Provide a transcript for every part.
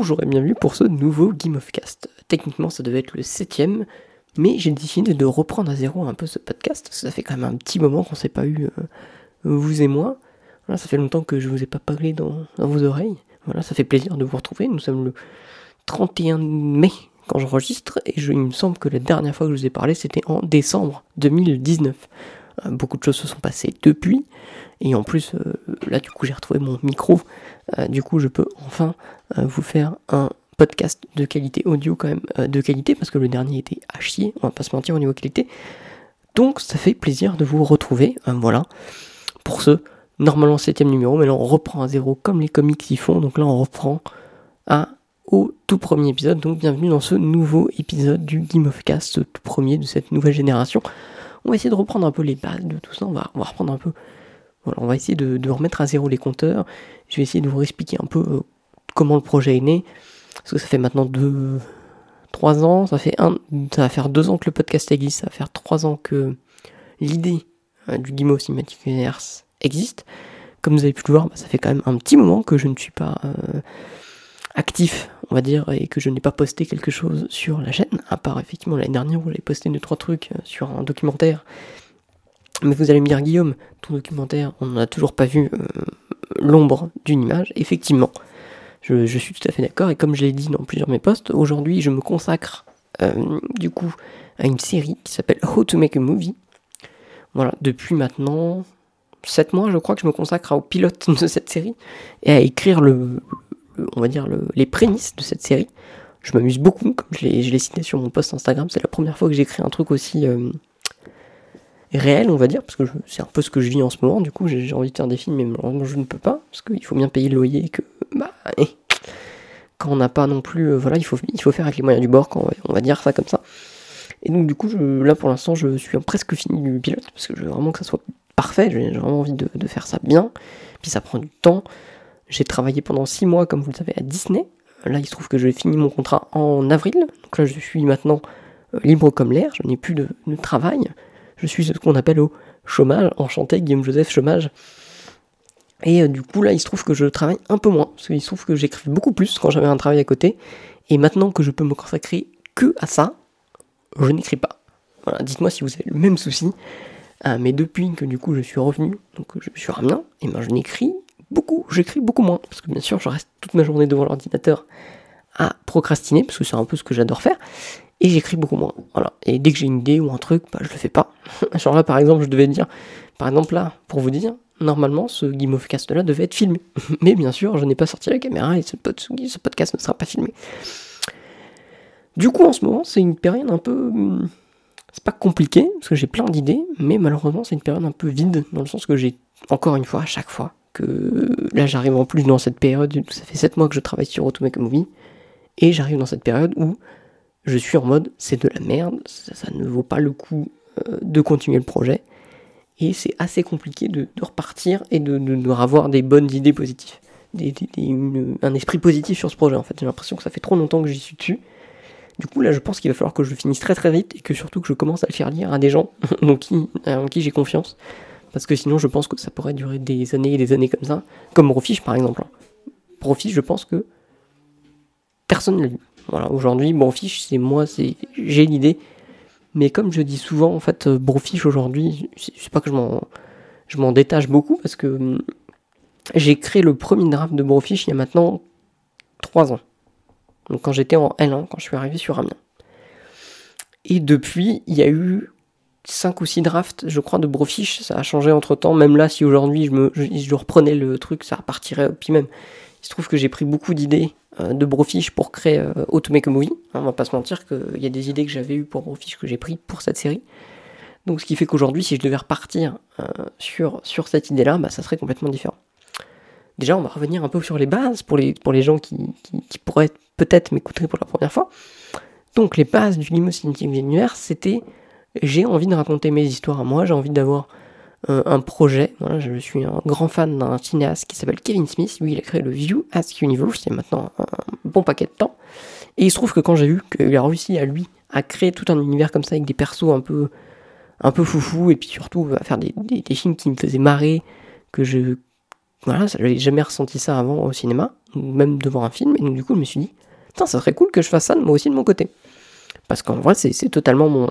Bonjour et bienvenue pour ce nouveau Game of Cast. Techniquement ça devait être le 7ème, mais j'ai décidé de reprendre à zéro un peu ce podcast, parce que ça fait quand même un petit moment qu'on s'est pas eu, vous et moi. Voilà, ça fait longtemps que je vous ai pas parlé dans vos oreilles. Voilà, ça fait plaisir de vous retrouver. Nous sommes le 31 mai quand j'enregistre, et il me semble que la dernière fois que je vous ai parlé c'était en décembre 2019. Beaucoup de choses se sont passées depuis, et en plus là du coup j'ai retrouvé mon micro, du coup je peux enfin vous faire un podcast de qualité audio quand même, de qualité, parce que le dernier était à chier, on va pas se mentir au niveau qualité. Donc ça fait plaisir de vous retrouver, voilà, pour ce normalement 7ème numéro, mais là on reprend à zéro comme les comics y font, donc là on reprend au tout premier épisode, donc bienvenue dans ce nouveau épisode du Game of Cast, ce tout premier de cette nouvelle génération. On va essayer de reprendre un peu les bases de tout ça, on va reprendre un peu, voilà, on va essayer de remettre à zéro les compteurs. Je vais essayer de vous expliquer un peu comment le projet est né, parce que ça fait maintenant 3 ans, ça va faire 2 ans que le podcast existe, ça va faire 3 ans que l'idée du Game of Cinematic Universe existe. Comme vous avez pu le voir, ça fait quand même un petit moment que je ne suis pas actif, on va dire, et que je n'ai pas posté quelque chose sur la chaîne, à part effectivement l'année dernière où j'avais posté 2-3 trucs sur un documentaire. Mais vous allez me dire, Guillaume, ton documentaire, on n'en a toujours pas vu l'ombre d'une image. Effectivement, je suis tout à fait d'accord, et comme je l'ai dit dans plusieurs de mes posts, aujourd'hui je me consacre du coup à une série qui s'appelle How to Make a Movie. Voilà, depuis maintenant 7 mois, je crois que je me consacre au pilote de cette série et à écrire les prémices de cette série. Je m'amuse beaucoup, comme je l'ai cité sur mon post Instagram, c'est la première fois que j'écris un truc aussi réel, on va dire, parce que c'est un peu ce que je vis en ce moment. Du coup j'ai envie de faire des films, mais malheureusement je ne peux pas, parce qu'il faut bien payer le loyer, et que quand on n'a pas non plus, il faut faire avec les moyens du bord, on va dire ça comme ça. Et donc du coup là pour l'instant je suis presque fini du pilote, parce que je veux vraiment que ça soit parfait, j'ai vraiment envie de faire ça bien, puis ça prend du temps. J'ai travaillé pendant 6 mois, comme vous le savez, à Disney. Là, il se trouve que j'ai fini mon contrat en avril. Donc là, je suis maintenant libre comme l'air. Je n'ai plus de travail. Je suis ce qu'on appelle au chômage. Enchanté, Guillaume Joseph, chômage. Et du coup, là, il se trouve que je travaille un peu moins. Parce qu'il se trouve que j'écris beaucoup plus quand j'avais un travail à côté. Et maintenant que je peux me consacrer que à ça, je n'écris pas. Voilà, dites-moi si vous avez le même souci. Mais depuis que du coup je suis revenu, donc je suis ramenant, et ben j'écris beaucoup moins, parce que bien sûr je reste toute ma journée devant l'ordinateur à procrastiner, parce que c'est un peu ce que j'adore faire, et j'écris beaucoup moins, voilà. Et dès que j'ai une idée ou un truc, je le fais pas. Genre là par exemple, pour vous dire, normalement ce Game of Cast là devait être filmé, mais bien sûr je n'ai pas sorti la caméra, et ce podcast ne sera pas filmé. Du coup en ce moment c'est une période un peu... C'est pas compliqué, parce que j'ai plein d'idées, mais malheureusement c'est une période un peu vide, dans le sens que j'ai, encore une fois, à chaque fois, que là j'arrive en plus dans cette période, ça fait 7 mois que je travaille sur How to Make a Movie, et j'arrive dans cette période où je suis en mode, c'est de la merde, ça ne vaut pas le coup de continuer le projet, et c'est assez compliqué de repartir et de avoir des bonnes idées positives, un esprit positif sur ce projet en fait. J'ai l'impression que ça fait trop longtemps que j'y suis dessus. Du coup là je pense qu'il va falloir que je le finisse très très vite, et que surtout que je commence à le faire lire à des gens en qui j'ai confiance, parce que sinon je pense que ça pourrait durer des années et des années comme ça, comme Brofiche par exemple. Brofiche, je pense que personne ne l'a lu. Voilà, aujourd'hui Brofiche j'ai l'idée, mais comme je dis souvent en fait, Brofiche aujourd'hui, c'est pas que je m'en détache beaucoup, parce que j'ai créé le premier draft de Brofiche il y a maintenant 3 ans. Donc quand j'étais en L1, quand je suis arrivé sur Amiens. Et depuis, il y a eu 5 ou 6 drafts, je crois, de Brofiche. Ça a changé entre temps. Même là, si aujourd'hui je reprenais le truc, ça repartirait. Puis même, il se trouve que j'ai pris beaucoup d'idées de Brofiche pour créer How to Make a Movie. On va pas se mentir qu'il y a des idées que j'avais eues pour Brofiche que j'ai pris pour cette série. Donc ce qui fait qu'aujourd'hui, si je devais repartir sur cette idée-là, ça serait complètement différent. Déjà, on va revenir un peu sur les bases pour les gens qui pourraient peut-être m'écouter pour la première fois. Donc, les bases du Game of Cinematic Universe, c'était j'ai envie de raconter mes histoires à moi, j'ai envie d'avoir un projet. Voilà, je suis un grand fan d'un cinéaste qui s'appelle Kevin Smith. Lui, il a créé le View Ask Universe il y a maintenant un bon paquet de temps. Et il se trouve que quand j'ai vu qu'il a réussi à créer tout un univers comme ça avec des persos un peu foufou, et puis surtout à faire des films qui me faisaient marrer, que voilà, j'avais jamais ressenti ça avant au cinéma, ou même devant un film, et donc du coup je me suis dit, putain, ça serait cool que je fasse ça moi aussi de mon côté. Parce qu'en vrai, c'est totalement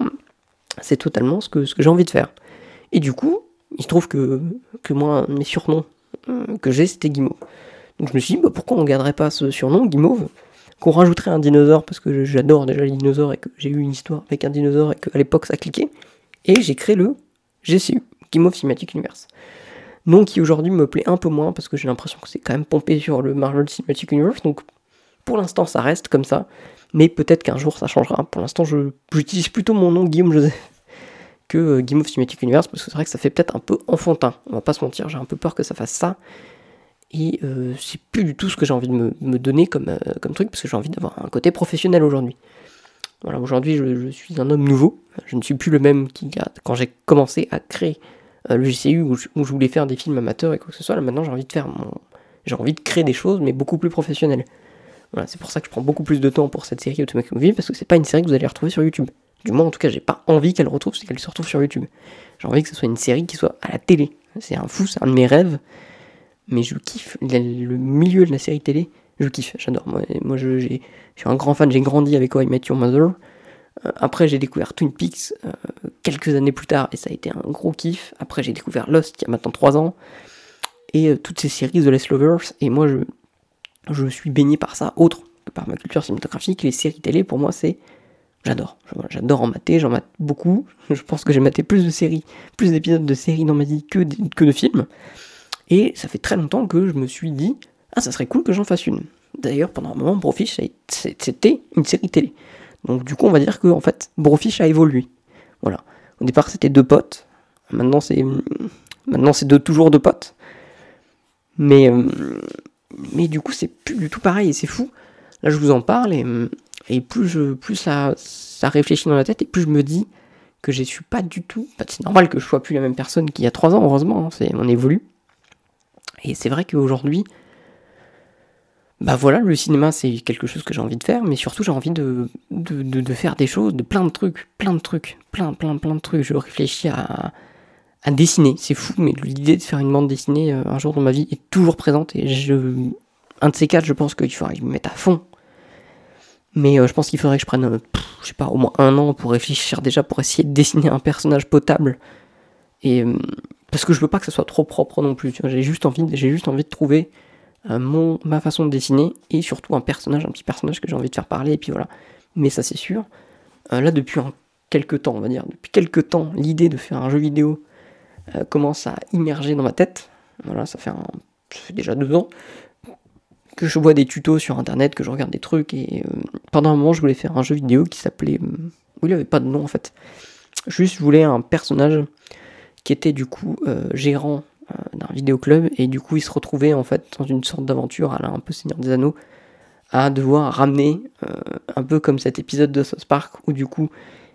ce que j'ai envie de faire. Et du coup, il se trouve que moi, mes surnoms que j'ai, c'était Guimauve. Donc je me suis dit, pourquoi on garderait pas ce surnom, Guimauve, qu'on rajouterait un dinosaure, parce que j'adore déjà les dinosaures, et que j'ai eu une histoire avec un dinosaure, et qu'à l'époque ça cliquait. Et j'ai créé le GCU, Guimauve Cinematic Universe. Nom qui aujourd'hui me plaît un peu moins, parce que j'ai l'impression que c'est quand même pompé sur le Marvel Cinematic Universe, donc pour l'instant ça reste comme ça, mais peut-être qu'un jour ça changera. Pour l'instant j'utilise plutôt mon nom Guillaume Joseph que Guimauve Cinematic Universe, parce que c'est vrai que ça fait peut-être un peu enfantin, on va pas se mentir, j'ai un peu peur que ça fasse ça, et c'est plus du tout ce que j'ai envie de me donner comme truc, parce que j'ai envie d'avoir un côté professionnel aujourd'hui. Voilà, aujourd'hui je suis un homme nouveau, je ne suis plus le même quand j'ai commencé à créer le GCU où je voulais faire des films amateurs et quoi que ce soit. Là maintenant j'ai envie de créer des choses, mais beaucoup plus professionnelles. Voilà, c'est pour ça que je prends beaucoup plus de temps pour cette série Automatic Movie, parce que c'est pas une série que vous allez retrouver sur YouTube. Du moins, en tout cas, j'ai pas envie qu'elle se retrouve sur YouTube. J'ai envie que ce soit une série qui soit à la télé. C'est un de mes rêves, mais je kiffe le milieu de la série télé. Je kiffe, j'adore. Moi je suis un grand fan, j'ai grandi avec How I Met Your Mother. Après, j'ai découvert Twin Peaks quelques années plus tard, et ça a été un gros kiff. Après, j'ai découvert Lost il y a maintenant 3 ans, et toutes ces séries The Last Lovers, et moi je suis baigné par ça, autre que par ma culture cinématographique. Les séries télé, pour moi, j'adore en mater, j'en mate beaucoup. Je pense que j'ai maté plus d'épisodes de séries dans ma vie que de films. Et ça fait très longtemps que je me suis dit, ça serait cool que j'en fasse une. D'ailleurs, pendant un moment, Brofish, c'était une série télé. Donc du coup, on va dire que en fait, Brofish a évolué. Voilà. Au départ, c'était 2 potes. Maintenant, c'est toujours 2 potes. Mais du coup, c'est plus du tout pareil, et c'est fou. Là, je vous en parle, et plus ça réfléchit dans la tête, et plus je me dis que je suis pas du tout... c'est normal que je sois plus la même personne qu'il y a 3 ans, heureusement, on évolue. Et c'est vrai qu'aujourd'hui, voilà, le cinéma, c'est quelque chose que j'ai envie de faire, mais surtout, j'ai envie de faire des choses, de plein de trucs. Je réfléchis à dessiner, c'est fou, mais l'idée de faire une bande dessinée un jour dans ma vie est toujours présente, et un de ces 4, je pense qu'il faudra que je me mette à fond. Mais je pense qu'il faudrait que je prenne, je sais pas, au moins 1 an pour réfléchir déjà, pour essayer de dessiner un personnage potable. Et parce que je veux pas que ça soit trop propre non plus. Tu vois, j'ai juste envie de trouver ma façon de dessiner, et surtout un petit personnage que j'ai envie de faire parler, et puis voilà. Mais ça, c'est sûr. Là, depuis quelques temps, l'idée de faire un jeu vidéo commence à immerger dans ma tête. Voilà, ça fait déjà 2 ans que je vois des tutos sur internet, que je regarde des trucs, et pendant un moment je voulais faire un jeu vidéo qui s'appelait... il avait pas de nom en fait. Juste je voulais un personnage qui était du coup gérant d'un vidéoclub, et du coup il se retrouvait en fait dans une sorte d'aventure à un peu Seigneur des Anneaux, à devoir ramener, un peu comme cet épisode de South Park où du coup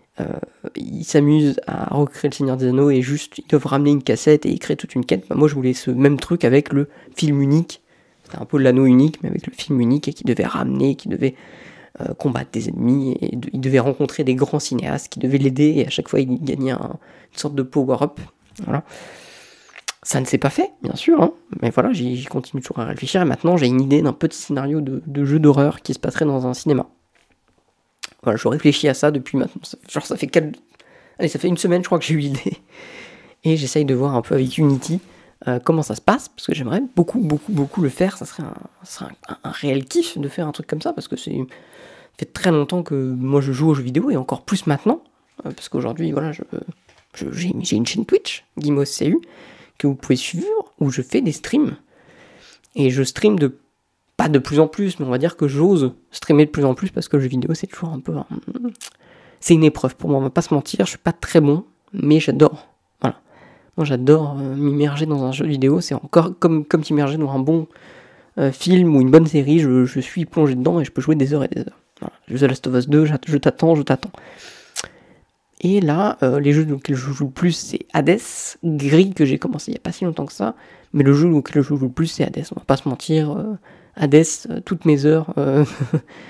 ils s'amusent à recréer le Seigneur des Anneaux, et juste ils doivent ramener une cassette et ils créent toute une quête. Moi je voulais ce même truc avec le film unique. C'était un peu l'anneau unique, mais avec le film unique, et qui devait ramener, qui devait combattre des ennemis, et il devait rencontrer des grands cinéastes qui devaient l'aider, et à chaque fois il gagnait une sorte de power-up. Voilà. Ça ne s'est pas fait, bien sûr, hein, mais voilà, j'y continue toujours à réfléchir, et maintenant j'ai une idée d'un petit scénario de jeu d'horreur qui se passerait dans un cinéma. Voilà, je réfléchis à ça depuis maintenant, ça fait 1 semaine je crois que j'ai eu l'idée, et j'essaye de voir un peu avec Unity comment ça se passe, parce que j'aimerais beaucoup le faire. Ça serait un réel kiff de faire un truc comme ça, parce que ça fait très longtemps que moi je joue aux jeux vidéo, et encore plus maintenant, parce qu'aujourd'hui voilà, j'ai une chaîne Twitch, GuimauveCU, que vous pouvez suivre, où je fais des streams, et je stream pas de plus en plus, mais on va dire que j'ose streamer de plus en plus, parce que le jeu vidéo c'est toujours un peu c'est une épreuve pour moi, on va pas se mentir, je suis pas très bon, mais j'adore. Moi j'adore m'immerger dans un jeu vidéo, c'est encore comme t'immerger dans un bon film ou une bonne série, je suis plongé dedans et je peux jouer des heures et des heures. Voilà. The Last of Us 2, je t'attends. Et là, les jeux auxquels je joue le plus, c'est Hades, Gris, que j'ai commencé il n'y a pas si longtemps que ça, mais le jeu auquel je joue le plus, c'est Hades, on va pas se mentir. Hades, toutes mes heures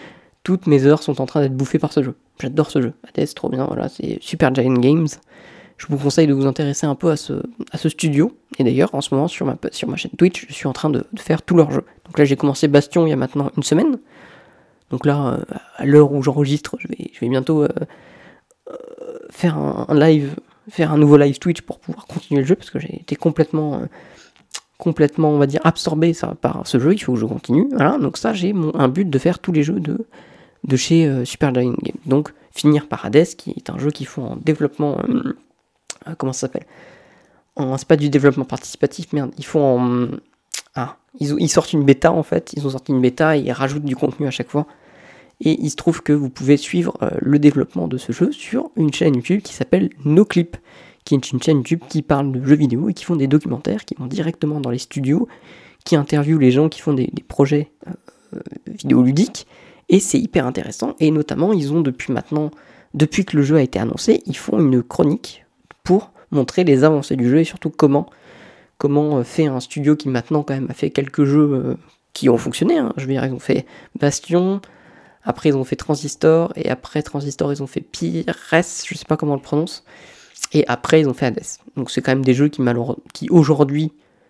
sont en train d'être bouffées par ce jeu. J'adore ce jeu. Hades, trop bien, voilà, c'est Super Giant Games. je vous conseille de vous intéresser un peu à ce studio. Et d'ailleurs, en ce moment, sur ma chaîne Twitch, je suis en train de faire tous leurs jeux. Donc là, j'ai commencé Bastion il y a maintenant une semaine. Donc là, à l'heure où j'enregistre, je vais bientôt faire un nouveau live Twitch pour pouvoir continuer le jeu, parce que j'ai été complètement, on va dire, absorbé par ce jeu. Il faut que je continue. Voilà. Donc ça, j'ai un but de faire tous les jeux de chez Supergiant Games. Donc finir par Hades, qui est un jeu qu'ils font en développement... comment ça s'appelle ? C'est pas du développement participatif, merde. Ils font ils sortent une bêta, en fait. Ils ont sorti une bêta et ils rajoutent du contenu à chaque fois. Et il se trouve que vous pouvez suivre le développement de ce jeu sur une chaîne YouTube qui s'appelle NoClip, qui est une chaîne YouTube qui parle de jeux vidéo et qui font des documentaires, qui vont directement dans les studios, qui interviewent les gens qui font des projets vidéoludiques. Et c'est hyper intéressant. Et notamment, ils ont depuis que le jeu a été annoncé, ils font une chronique pour montrer les avancées du jeu et surtout comment fait un studio qui maintenant quand même a fait quelques jeux qui ont fonctionné. Je veux dire, ils ont fait Bastion, après ils ont fait Transistor, et après Transistor ils ont fait Pires, je sais pas comment on le prononce, et après ils ont fait Hades. Donc c'est quand même des jeux qui aujourd'hui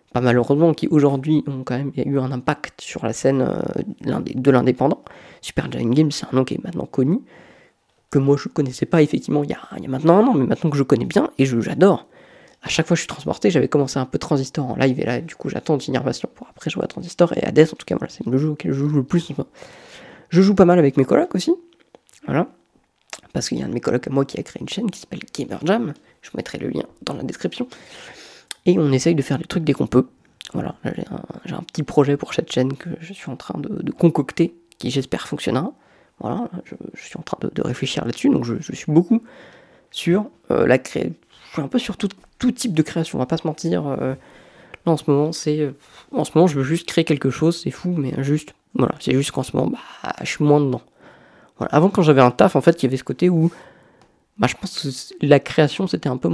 ont quand même eu un impact sur la scène de l'indépendant. Supergiant Games, c'est un nom qui est maintenant connu, que moi je connaissais pas effectivement il y a maintenant un an, mais maintenant que je connais bien, et j'adore. À chaque fois je suis transporté, j'avais commencé un peu Transistor en live, et là du coup j'attends de finir Bastion pour après jouer à Transistor, et Hades en tout cas, voilà, c'est le jeu auquel je joue le plus. Je joue pas mal avec mes colocs aussi, voilà, parce qu'il y a un de mes colocs à moi qui a créé une chaîne qui s'appelle Gamer Jam, je vous mettrai le lien dans la description, et on essaye de faire des trucs dès qu'on peut. Voilà, j'ai un petit projet pour cette chaîne que je suis en train de concocter, qui j'espère fonctionnera. Voilà, je suis en train de réfléchir là-dessus, donc je suis beaucoup sur la création, je suis un peu sur tout type de création, on va pas se mentir. Là en ce moment, je veux juste créer quelque chose, c'est fou, mais c'est juste qu'en ce moment, je suis moins dedans. Voilà. Avant, quand j'avais un taf, en fait, il y avait ce côté où, je pense que la création, c'était un peu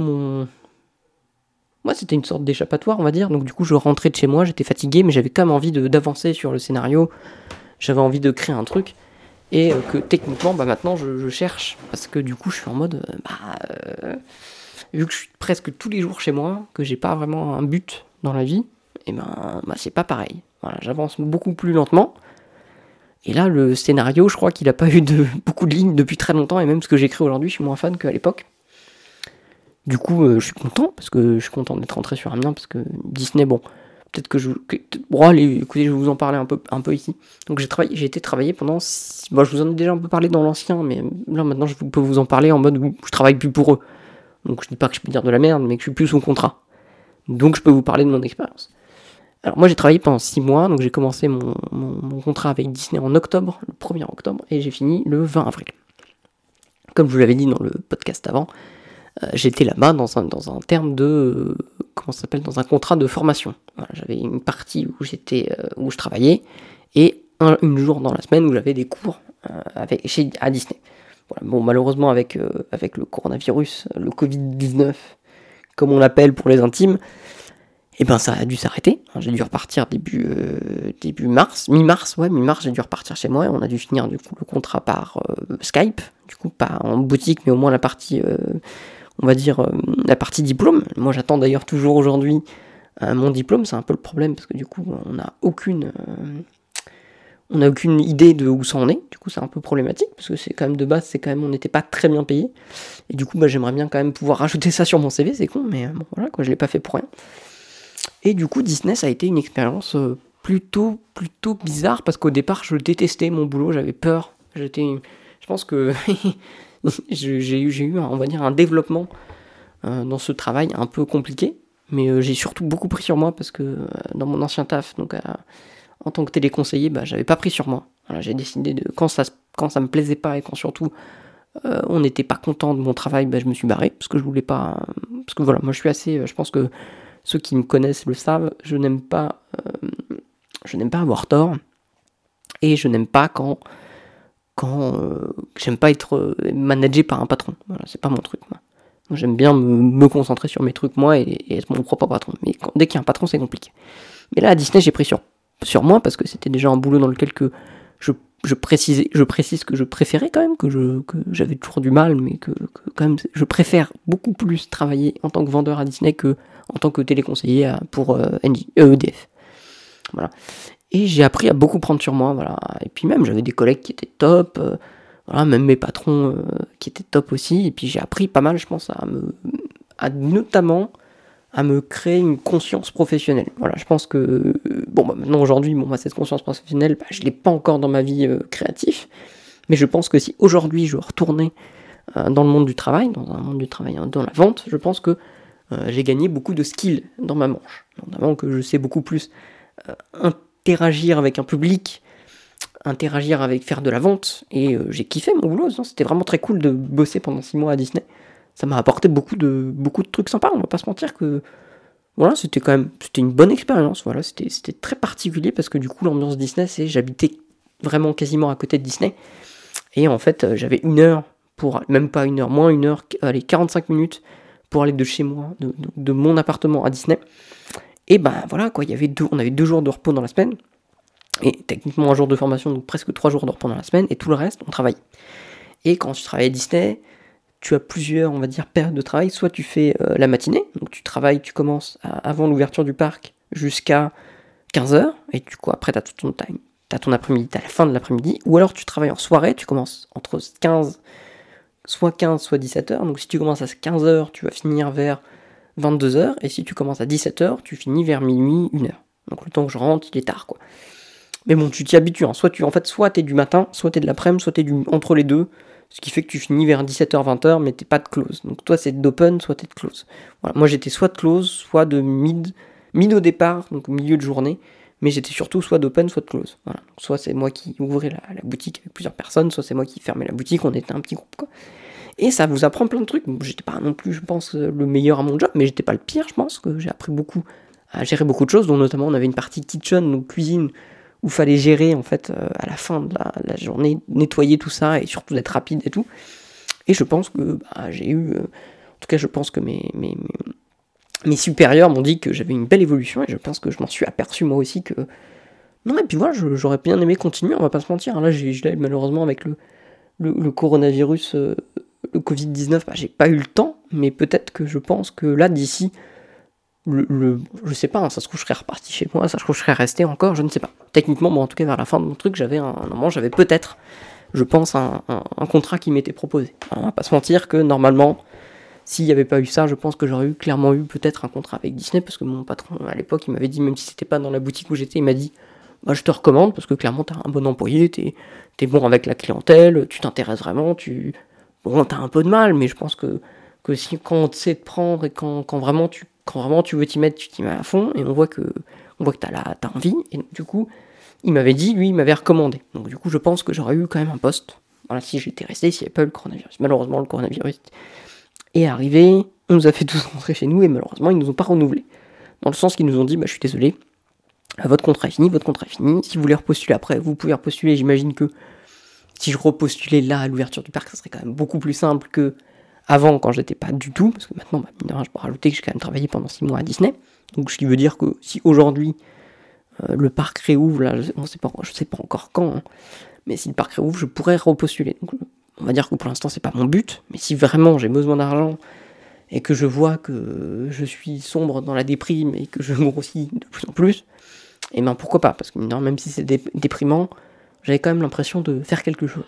c'était une sorte d'échappatoire, on va dire. Donc du coup, je rentrais de chez moi, j'étais fatigué, mais j'avais quand même envie d'avancer sur le scénario. J'avais envie de créer un truc. Et que techniquement, maintenant, je cherche. Parce que du coup, je suis en mode... vu que je suis presque tous les jours chez moi, que j'ai pas vraiment un but dans la vie, et c'est pas pareil. Voilà, j'avance beaucoup plus lentement. Et là, le scénario, je crois qu'il a pas eu beaucoup de lignes depuis très longtemps. Et même ce que j'écris aujourd'hui, je suis moins fan qu'à l'époque. Du coup, je suis content, parce que je suis content d'être rentré sur Amiens, parce que Disney, peut-être que allez, écoutez, je vais vous en parler un peu ici. Donc j'ai été travailler pendant 6... je vous en ai déjà un peu parlé dans l'ancien, mais là maintenant je peux vous en parler en mode où je travaille plus pour eux. Donc je dis pas que je peux dire de la merde, mais que je suis plus sous contrat. Donc je peux vous parler de mon expérience. Alors moi j'ai travaillé pendant 6 mois, donc j'ai commencé mon contrat avec Disney en octobre, le 1er octobre, et j'ai fini le 20 avril. Comme je vous l'avais dit dans le podcast avant, j'étais là-bas dans un terme de... dans un contrat de formation. Voilà, j'avais une partie où je travaillais, et une jour dans la semaine où j'avais des cours à Disney. Voilà, malheureusement avec le coronavirus, le Covid-19, comme on l'appelle pour les intimes, ça a dû s'arrêter. J'ai dû repartir début mars, mi-mars, j'ai dû repartir chez moi, et on a dû finir du coup le contrat par Skype, du coup pas en boutique, mais au moins la partie... on va dire la partie diplôme. Moi j'attends d'ailleurs toujours aujourd'hui mon diplôme, c'est un peu le problème parce que du coup on n'a aucune idée de où ça en est. Du coup c'est un peu problématique parce que c'est quand même de base, on n'était pas très bien payé, et du coup j'aimerais bien quand même pouvoir rajouter ça sur mon CV, c'est con, mais voilà quoi, je l'ai pas fait pour rien. Et du coup Disney, ça a été une expérience plutôt bizarre, parce qu'au départ je détestais mon boulot, j'avais peur, je pense que j'ai eu on va dire un développement dans ce travail un peu compliqué, mais j'ai surtout beaucoup pris sur moi, parce que dans mon ancien taf, donc en tant que téléconseiller, j'avais pas pris sur moi. Voilà, j'ai décidé quand ça me plaisait pas, et quand surtout on n'était pas content de mon travail, je me suis barré, parce que je voulais pas, parce que voilà, moi je suis assez, je pense que ceux qui me connaissent le savent, je n'aime pas avoir tort, et je n'aime pas quand j'aime pas être managé par un patron. Voilà, c'est pas mon truc, moi. J'aime bien me concentrer sur mes trucs, moi, et être mon propre patron. Mais dès qu'il y a un patron, c'est compliqué. Mais là, à Disney, j'ai pris sur moi, parce que c'était déjà un boulot dans lequel je précise que je préférais quand même, que j'avais toujours du mal, mais que quand même, je préfère beaucoup plus travailler en tant que vendeur à Disney que en tant que téléconseiller pour EDF. Voilà. Et j'ai appris à beaucoup prendre sur moi, voilà. Et puis même, j'avais des collègues qui étaient top, voilà, même mes patrons qui étaient top aussi. Et puis j'ai appris pas mal, je pense, notamment à me créer une conscience professionnelle. Voilà, je pense que maintenant aujourd'hui, cette conscience professionnelle, je l'ai pas encore dans ma vie créative, mais je pense que si aujourd'hui je retournais dans le monde du travail, dans un monde du travail, dans la vente, je pense que j'ai gagné beaucoup de skills dans ma manche. Notamment que je sais beaucoup plus interagir avec un public, faire de la vente, et j'ai kiffé mon boulot. C'était vraiment très cool de bosser pendant 6 mois à Disney. Ça m'a apporté beaucoup de trucs sympas, on va pas se mentir que voilà, c'était une bonne expérience. Voilà, c'était très particulier parce que du coup l'ambiance Disney, j'habitais vraiment quasiment à côté de Disney, et en fait j'avais 1 heure même pas 1 heure, moins 1 heure, 45 minutes pour aller de chez moi, de mon appartement à Disney. Et voilà quoi, on avait 2 jours de repos dans la semaine, et techniquement un jour de formation, donc presque 3 jours de repos dans la semaine, et tout le reste on travaille. Et quand tu travailles à Disney, tu as plusieurs, on va dire, périodes de travail. Soit tu fais la matinée, donc tu commences avant l'ouverture du parc jusqu'à 15h, et après t'as tout ton time, t'as ton après-midi, t'as la fin de l'après-midi, ou alors tu travailles en soirée, tu commences entre 15, soit 17h, donc si tu commences à 15h, tu vas finir vers 22h, et si tu commences à 17h, tu finis vers minuit, 1h. Donc le temps que je rentre, il est tard, quoi. Mais bon, tu t'y habitues, hein. Soit t'es du matin, soit t'es de l'après-midi, soit t'es entre les deux, ce qui fait que tu finis vers 17h, 20h, mais t'es pas de close. Donc toi, c'est d'open, soit t'es de close. Voilà. Moi, j'étais soit de close, soit de mid au départ, donc au milieu de journée, mais j'étais surtout soit d'open, soit de close. Voilà. Donc, soit c'est moi qui ouvrais la boutique avec plusieurs personnes, soit c'est moi qui fermais la boutique, on était un petit groupe, quoi. Et ça vous apprend plein de trucs. J'étais pas non plus, je pense, le meilleur à mon job, mais j'étais pas le pire, je pense, que j'ai appris beaucoup à gérer beaucoup de choses, dont notamment on avait une partie kitchen, donc cuisine, où il fallait gérer, en fait, à la fin de la journée, nettoyer tout ça, et surtout d'être rapide et tout. Et je pense que j'ai eu... en tout cas, je pense que mes supérieurs m'ont dit que j'avais une belle évolution, et je pense que je m'en suis aperçu moi aussi que... Non, et puis voilà, j'aurais bien aimé continuer, on va pas se mentir. Là, malheureusement, avec le coronavirus, le Covid-19, j'ai pas eu le temps, mais peut-être que je pense que là, d'ici... je sais pas, hein, ça se trouve je serais reparti chez moi, ça se trouve je serais resté encore, je ne sais pas. Techniquement, en tout cas vers la fin de mon truc, j'avais peut-être, je pense, un contrat qui m'était proposé. Alors, on va pas se mentir que normalement, s'il n'y avait pas eu ça, je pense que j'aurais clairement eu peut-être un contrat avec Disney, parce que mon patron à l'époque, il m'avait dit, même si c'était pas dans la boutique où j'étais, il m'a dit, je te recommande, parce que clairement t'es un bon employé, t'es bon avec la clientèle, tu t'intéresses vraiment, t'as un peu de mal, mais je pense que si quand on te sait te prendre, et quand vraiment tu veux t'y mettre, tu t'y mets à fond, et on voit que t'as envie, et donc, du coup, il m'avait recommandé. Donc du coup, je pense que j'aurais eu quand même un poste, voilà, si j'étais resté, s'il n'y avait pas eu le coronavirus. Malheureusement, le coronavirus est arrivé, on nous a fait tous rentrer chez nous, et malheureusement, ils nous ont pas renouvelé. Dans le sens qu'ils nous ont dit, je suis désolé, votre contrat est fini, si vous voulez repostuler après, vous pouvez repostuler. J'imagine que si je repostulais là, à l'ouverture du parc, ça serait quand même beaucoup plus simple que avant, quand j'étais pas du tout, parce que maintenant, mine de rien, je peux rajouter que j'ai quand même travaillé pendant 6 mois à Disney. Donc, ce qui veut dire que si aujourd'hui, le parc réouvre, là, je sais pas encore quand, hein, mais si le parc réouvre, je pourrais repostuler. Donc, on va dire que pour l'instant, c'est pas mon but, mais si vraiment j'ai besoin d'argent, et que je vois que je suis sombre dans la déprime, et que je grossis de plus en plus, et pourquoi pas, parce que même si c'est déprimant, j'avais quand même l'impression de faire quelque chose.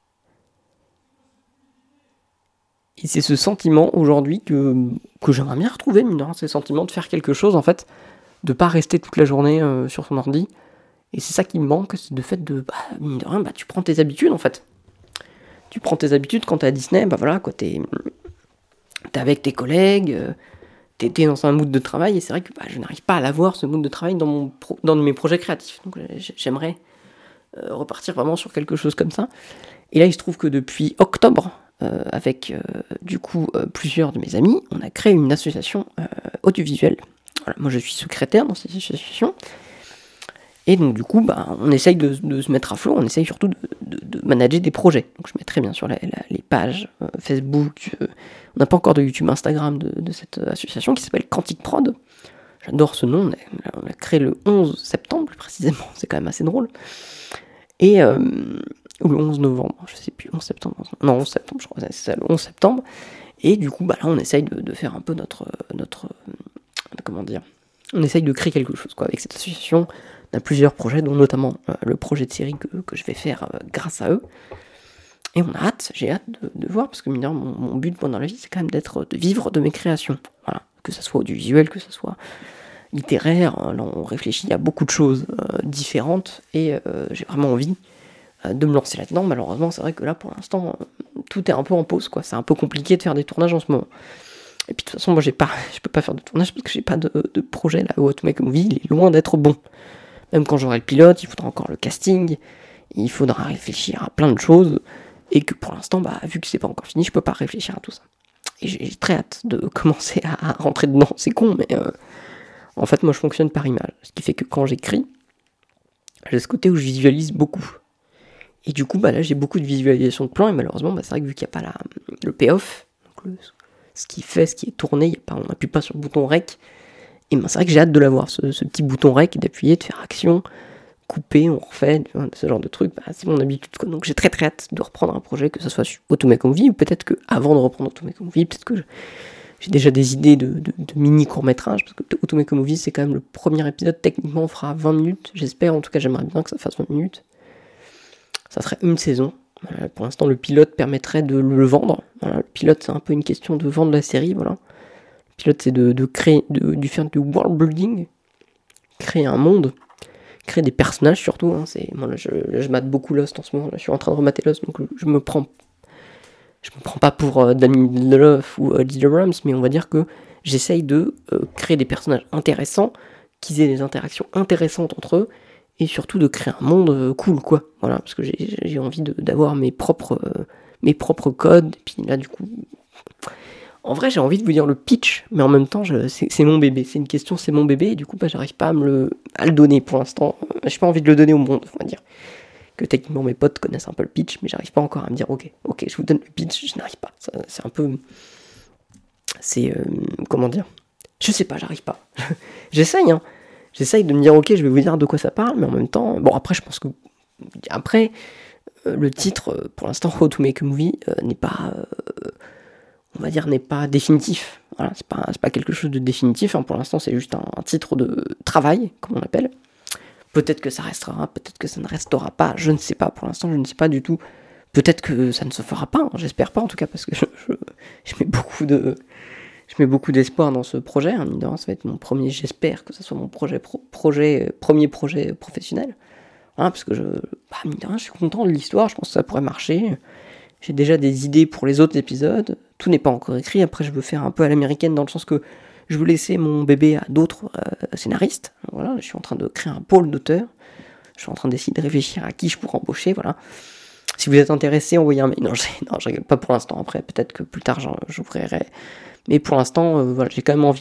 Et c'est ce sentiment aujourd'hui que j'aimerais bien retrouver, mine de rien, c'est le sentiment de faire quelque chose, en fait, de pas rester toute la journée sur son ordi. Et c'est ça qui me manque, c'est le fait de, mine de rien, tu prends tes habitudes, en fait. Tu prends tes habitudes quand t'es à Disney, voilà, quoi, t'es avec tes collègues, t'es dans un mood de travail, et c'est vrai que je n'arrive pas à l'avoir, ce mood de travail, dans mes projets créatifs. Donc j'aimerais repartir vraiment sur quelque chose comme ça. Et là, il se trouve que depuis octobre, avec plusieurs de mes amis, on a créé une association audiovisuelle. Voilà, moi, je suis secrétaire dans cette association. Et donc, du coup, on essaye de se mettre à flot, on essaye surtout de manager des projets. Donc, je mettrai bien sûr les pages Facebook. On n'a pas encore de YouTube, Instagram de cette association qui s'appelle Quantique Prod. J'adore ce nom, on l'a créé le 11 septembre, plus précisément, c'est quand même assez drôle. Et ou le 11 novembre, je sais plus, 11 septembre, non 11 septembre, je crois, c'est ça, le 11 septembre. Et du coup, là, on essaye de faire un peu notre comment dire, on essaye de créer quelque chose, quoi, avec cette association. On a plusieurs projets, dont notamment le projet de série que je vais faire grâce à eux. Et j'ai hâte de voir, parce que mon but pendant la vie, c'est quand même de vivre de mes créations. Voilà, que ça soit audiovisuel, que ça soit littéraire. Là, on réfléchit à beaucoup de choses différentes, et j'ai vraiment envie de me lancer là-dedans. Malheureusement, c'est vrai que là, pour l'instant, tout est un peu en pause, quoi. C'est un peu compliqué de faire des tournages en ce moment. Et puis de toute façon, moi, je peux pas faire de tournage parce que j'ai pas de projet là. How to Make a Movie, il est loin d'être bon. Même quand j'aurai le pilote, il faudra encore le casting, il faudra réfléchir à plein de choses, et que pour l'instant, vu que c'est pas encore fini, je peux pas réfléchir à tout ça. Et j'ai très hâte de commencer à rentrer dedans. C'est con, mais en fait, moi, je fonctionne par image. Ce qui fait que quand j'écris, j'ai ce côté où je visualise beaucoup. Et du coup, là, j'ai beaucoup de visualisation de plans, et malheureusement, c'est vrai que vu qu'il n'y a pas le payoff, donc ce qui est tourné, on n'appuie pas sur le bouton rec, et c'est vrai que j'ai hâte de l'avoir, ce petit bouton rec, d'appuyer, de faire action, couper, on refait, ce genre de truc, c'est mon habitude, quoi. Donc j'ai très très hâte de reprendre un projet, que ce soit sur How to Make a Movie, ou peut-être qu'avant de reprendre How to Make a Movie, peut-être que j'ai déjà des idées de mini court-métrage, parce que How to Make a Movie, c'est quand même le premier épisode, techniquement on fera 20 minutes, j'espère, en tout cas j'aimerais bien que ça fasse 20 minutes. Ça serait une saison. Voilà, pour l'instant, le pilote permettrait de le vendre. Voilà, le pilote, c'est un peu une question de vendre la série. Voilà. Le pilote, c'est de créer, de faire du world building, créer un monde, créer des personnages surtout. Moi, je mate beaucoup Lost en ce moment. Là, je suis en train de remater Lost, donc je me prends pas pour Danny Lindelof ou J.J. Abrams, mais on va dire que j'essaye de créer des personnages intéressants, qu'ils aient des interactions intéressantes entre eux, et surtout de créer un monde cool, quoi. Voilà, parce que j'ai envie d'avoir mes propres codes, et puis là, du coup... En vrai, j'ai envie de vous dire le pitch, mais en même temps, c'est mon bébé, c'est une question, c'est mon bébé, et du coup, j'arrive pas à le donner pour l'instant. J'ai pas envie de le donner au monde, on va dire. Que techniquement, mes potes connaissent un peu le pitch, mais j'arrive pas encore à me dire, ok, je vous donne le pitch, je n'arrive pas. C'est un peu... comment dire ? Je sais pas, j'arrive pas. J'essaye, hein. J'essaye de me dire, ok, je vais vous dire de quoi ça parle, mais en même temps, après, je pense que le titre, pour l'instant, How to Make a Movie, n'est pas, on va dire, n'est pas définitif. Voilà, c'est pas quelque chose de définitif, hein. Pour l'instant, c'est juste un titre de travail, comme on l'appelle. Peut-être que ça restera, peut-être que ça ne restera pas, je ne sais pas. Pour l'instant, je ne sais pas du tout. Peut-être que ça ne se fera pas, hein. J'espère pas, en tout cas, parce que je mets beaucoup d'espoir dans ce projet, hein. Ça va être mon premier, j'espère que ça soit mon premier projet professionnel. Voilà, parce que je suis content de l'histoire, je pense que ça pourrait marcher. J'ai déjà des idées pour les autres épisodes, tout n'est pas encore écrit. Après, je veux faire un peu à l'américaine, dans le sens que je veux laisser mon bébé à d'autres scénaristes. Voilà, je suis en train de créer un pôle d'auteurs, je suis en train d'essayer de réfléchir à qui je pourrais embaucher, voilà. Si vous êtes intéressé, envoyez un mail. Non, je rigole, pas pour l'instant. Après, peut-être que plus tard, j'ouvrirai. Mais pour l'instant, j'ai quand même envie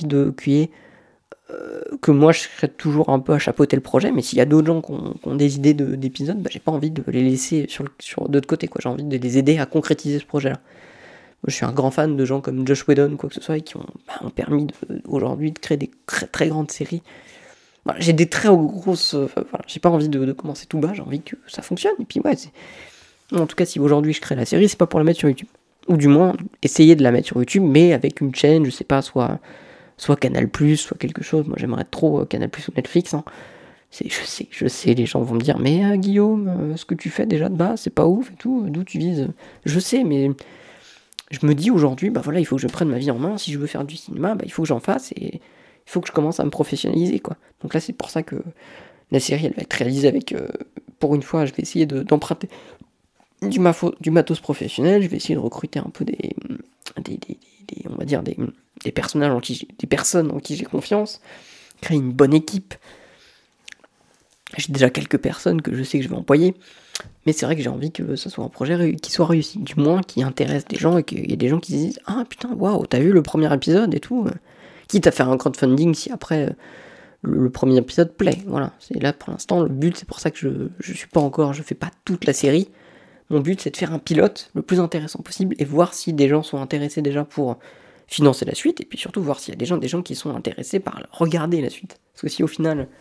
que moi, je serais toujours un peu à chapeauter le projet. Mais s'il y a d'autres gens qui ont des idées d'épisodes, j'ai pas envie de les laisser sur d'autres côtés, quoi. J'ai envie de les aider à concrétiser ce projet-là. Moi, je suis un grand fan de gens comme Josh Whedon, quoi que ce soit, et qui ont permis aujourd'hui de créer des très, très grandes séries. Voilà, j'ai des très grosses... j'ai pas envie de commencer tout bas, j'ai envie que ça fonctionne. Et puis, en tout cas, si aujourd'hui je crée la série, c'est pas pour la mettre sur YouTube. Ou du moins, essayer de la mettre sur YouTube, mais avec une chaîne, je sais pas, soit Canal+, soit quelque chose. Moi, j'aimerais trop Canal+, ou Netflix, hein. Je sais, les gens vont me dire, mais Guillaume, ce que tu fais déjà de base, c'est pas ouf et tout, d'où tu vises. Je sais, mais je me dis aujourd'hui, il faut que je prenne ma vie en main. Si je veux faire du cinéma, il faut que j'en fasse, et il faut que je commence à me professionnaliser, quoi. Donc là, c'est pour ça que la série, elle va être réalisée avec... pour une fois, je vais essayer d'emprunter du matos professionnel. Je vais essayer de recruter un peu on va dire des personnes en qui j'ai confiance, créer une bonne équipe. J'ai déjà quelques personnes que je sais que je vais employer, mais c'est vrai que j'ai envie que ce soit un projet qui soit réussi, du moins qui intéresse des gens, et qu'il y ait des gens qui se disent, ah putain, waouh, t'as vu le premier épisode et tout, quitte à faire un crowdfunding si après le premier épisode plaît. Voilà, c'est là pour l'instant le but. C'est pour ça que je suis pas encore, je fais pas toute la série. Mon but, c'est de faire un pilote le plus intéressant possible, et voir si des gens sont intéressés déjà pour financer la suite, et puis surtout voir s'il y a des gens qui sont intéressés par regarder la suite. Parce que si au final,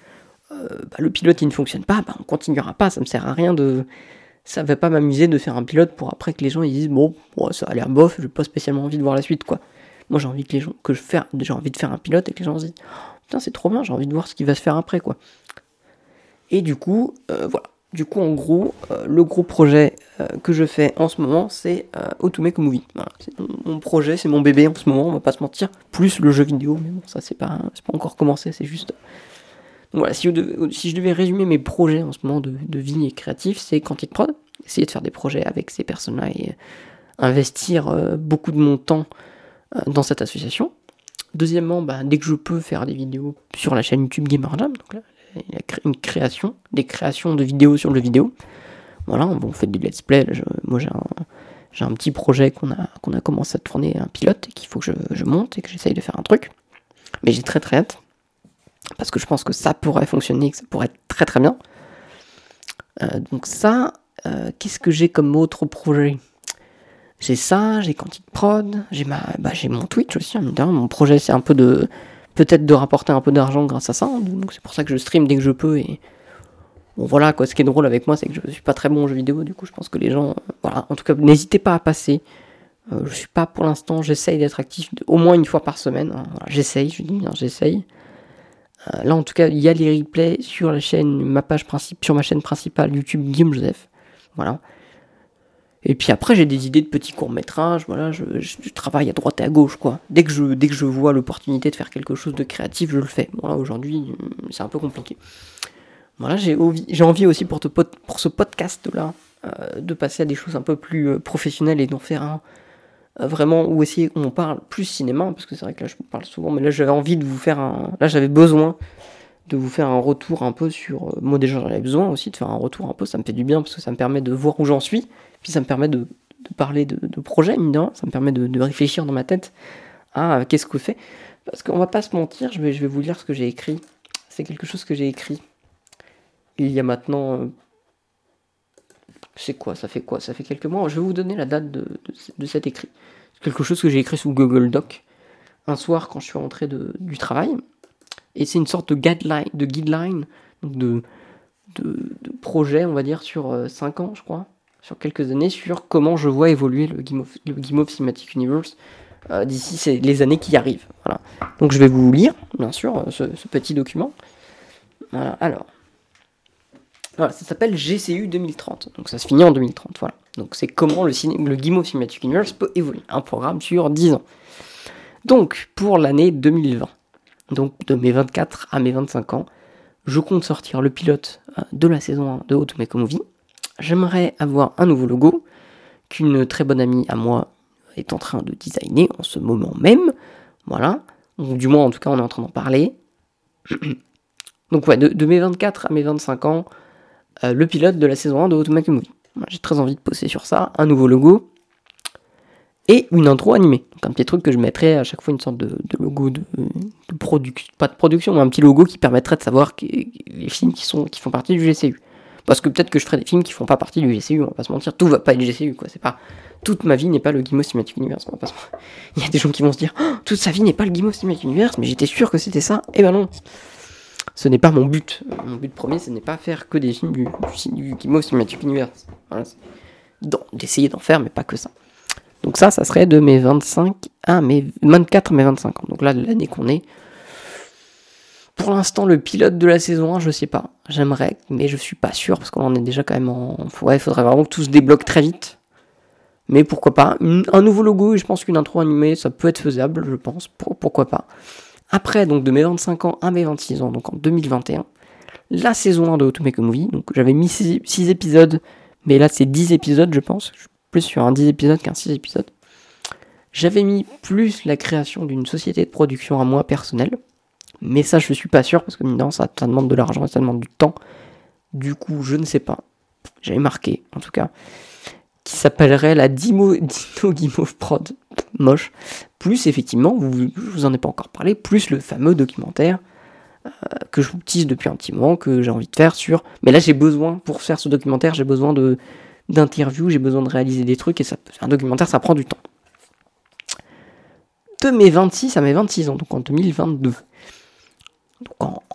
le pilote il ne fonctionne pas, on continuera pas, ça me sert à rien ça va pas m'amuser de faire un pilote pour après que les gens ils disent bon ça a l'air bof, j'ai pas spécialement envie de voir la suite quoi. Moi j'ai envie que les gens j'ai envie de faire un pilote et que les gens se disent oh, putain c'est trop bien, j'ai envie de voir ce qui va se faire après quoi. Et du coup voilà. Du coup en gros le gros projet que je fais en ce moment c'est How to Make a Movie. Voilà, c'est mon projet, c'est mon bébé en ce moment, on va pas se mentir. Plus le jeu vidéo, mais bon ça c'est pas encore commencé, c'est juste. Donc voilà, si je devais résumer mes projets en ce moment de vie et créatif, c'est Quantic Prod, essayer de faire des projets avec ces personnes-là et investir beaucoup de mon temps dans cette association. Deuxièmement, dès que je peux faire des vidéos sur la chaîne YouTube Gamer Jam, donc là, il y a des créations de vidéos sur le vidéo. Voilà, on fait du let's play. Là, moi j'ai un petit projet qu'on a commencé à tourner, un pilote, et qu'il faut que je monte et que j'essaye de faire un truc. Mais j'ai très très hâte. Parce que je pense que ça pourrait fonctionner, que ça pourrait être très très bien. Donc ça, qu'est-ce que j'ai comme autre projet ? J'ai ça, j'ai Quantic Prod, j'ai mon Twitch aussi. Mon projet c'est un peu peut-être de rapporter un peu d'argent grâce à ça. Donc c'est pour ça que je stream dès que je peux. Et bon voilà quoi, ce qui est drôle avec moi c'est que je suis pas très bon en jeux vidéo. Du coup je pense que les gens, voilà, en tout cas n'hésitez pas à passer. Je suis pas pour l'instant, j'essaye d'être actif au moins une fois par semaine. Voilà, j'essaye, je dis bien j'essaye. Là en tout cas il y a les replays sur la chaîne, sur ma chaîne principale YouTube Guillaume Joseph. Voilà. Et puis après j'ai des idées de petits courts-métrages, voilà, je travaille à droite et à gauche quoi. Dès que je vois l'opportunité de faire quelque chose de créatif, je le fais. Bon là aujourd'hui c'est un peu compliqué. Voilà, j'ai envie aussi pour ce podcast là de passer à des choses un peu plus professionnelles et d'en faire un vraiment, ou essayer qu'on parle plus cinéma, parce que c'est vrai que là je parle souvent, mais là j'avais envie de vous faire là j'avais besoin de vous faire un retour un peu sur, moi déjà j'en avais besoin aussi de faire un retour un peu, ça me fait du bien, parce que ça me permet de voir où j'en suis, puis ça me permet de parler de projets, mine de rien, ça me permet de réfléchir dans ma tête à qu'est-ce que fait, parce qu'on va pas se mentir, je vais vous lire ce que j'ai écrit, c'est quelque chose que j'ai écrit il y a maintenant... ça fait quelques mois. Je vais vous donner la date de cet écrit. C'est quelque chose que j'ai écrit sous Google Doc un soir quand je suis rentré du travail. Et c'est une sorte de guideline, donc de projet, on va dire, sur 5 ans, je crois, sur quelques années, sur comment je vois évoluer le Guimauve Cinematic Universe d'ici les années qui arrivent. Voilà. Donc je vais vous lire, bien sûr, ce petit document. Voilà, alors. Voilà, ça s'appelle GCU 2030, donc ça se finit en 2030, voilà. Donc c'est comment le Guimauve Cinematic Universe peut évoluer, un programme sur 10 ans. Donc, pour l'année 2020, donc de mes 24 à mes 25 ans, je compte sortir le pilote de la saison 1 de How to Make a Movie. J'aimerais avoir un nouveau logo, qu'une très bonne amie à moi est en train de designer en ce moment même, voilà. Donc, du moins, en tout cas, on est en train d'en parler. Donc ouais, de mes 24 à mes 25 ans, le pilote de la saison 1 de How to Make a Movie. J'ai très envie de poster sur ça, un nouveau logo et une intro animée. Donc un petit truc que je mettrais à chaque fois, une sorte de logo de production, pas de production, mais un petit logo qui permettrait de savoir les films qui font partie du GCU. Parce que peut-être que je ferai des films qui font pas partie du GCU, on va pas se mentir, tout va pas être GCU quoi, c'est pas... Toute ma vie n'est pas le Guimauve Cinematic Universe, on va pas se mentir. Il y a des gens qui vont se dire oh, toute sa vie n'est pas le Guimauve Cinematic Universe, mais j'étais sûr que c'était ça, et ben non. Ce n'est pas mon but. Mon but premier, ce n'est pas faire que des films du Guimauve Cinematic Universe. Voilà, d'essayer d'en faire, mais pas que ça. Donc ça serait de mes 24 à mes 25 ans. Donc là, de l'année qu'on est. Pour l'instant, le pilote de la saison 1, je sais pas. J'aimerais, mais je suis pas sûr, parce qu'on en est déjà quand même il faudrait vraiment que tout se débloque très vite. Mais pourquoi pas. Un nouveau logo, et je pense qu'une intro animée, ça peut être faisable, je pense. Pourquoi pas. Après, donc de mes 25 ans à mes 26 ans, donc en 2021, la saison 1 de How to Make a Movie. Donc j'avais mis 6 épisodes, mais là c'est 10 épisodes, je pense. Je suis plus sur un 10 épisodes qu'un 6 épisodes. J'avais mis plus la création d'une société de production à moi personnelle, mais ça je suis pas sûr, parce que mine de rien, ça demande de l'argent et ça demande du temps. Du coup, je ne sais pas. J'avais marqué, en tout cas, qui s'appellerait la Dino Guimauve Prod. Moche. Plus, effectivement, je vous en ai pas encore parlé, plus le fameux documentaire que je vous tease depuis un petit moment, que j'ai envie de faire sur... Mais là, j'ai besoin, pour faire ce documentaire, j'ai besoin d'interviews, j'ai besoin de réaliser des trucs, et un documentaire, ça prend du temps. De mes 26 à mes 26 ans, donc en 2022. Donc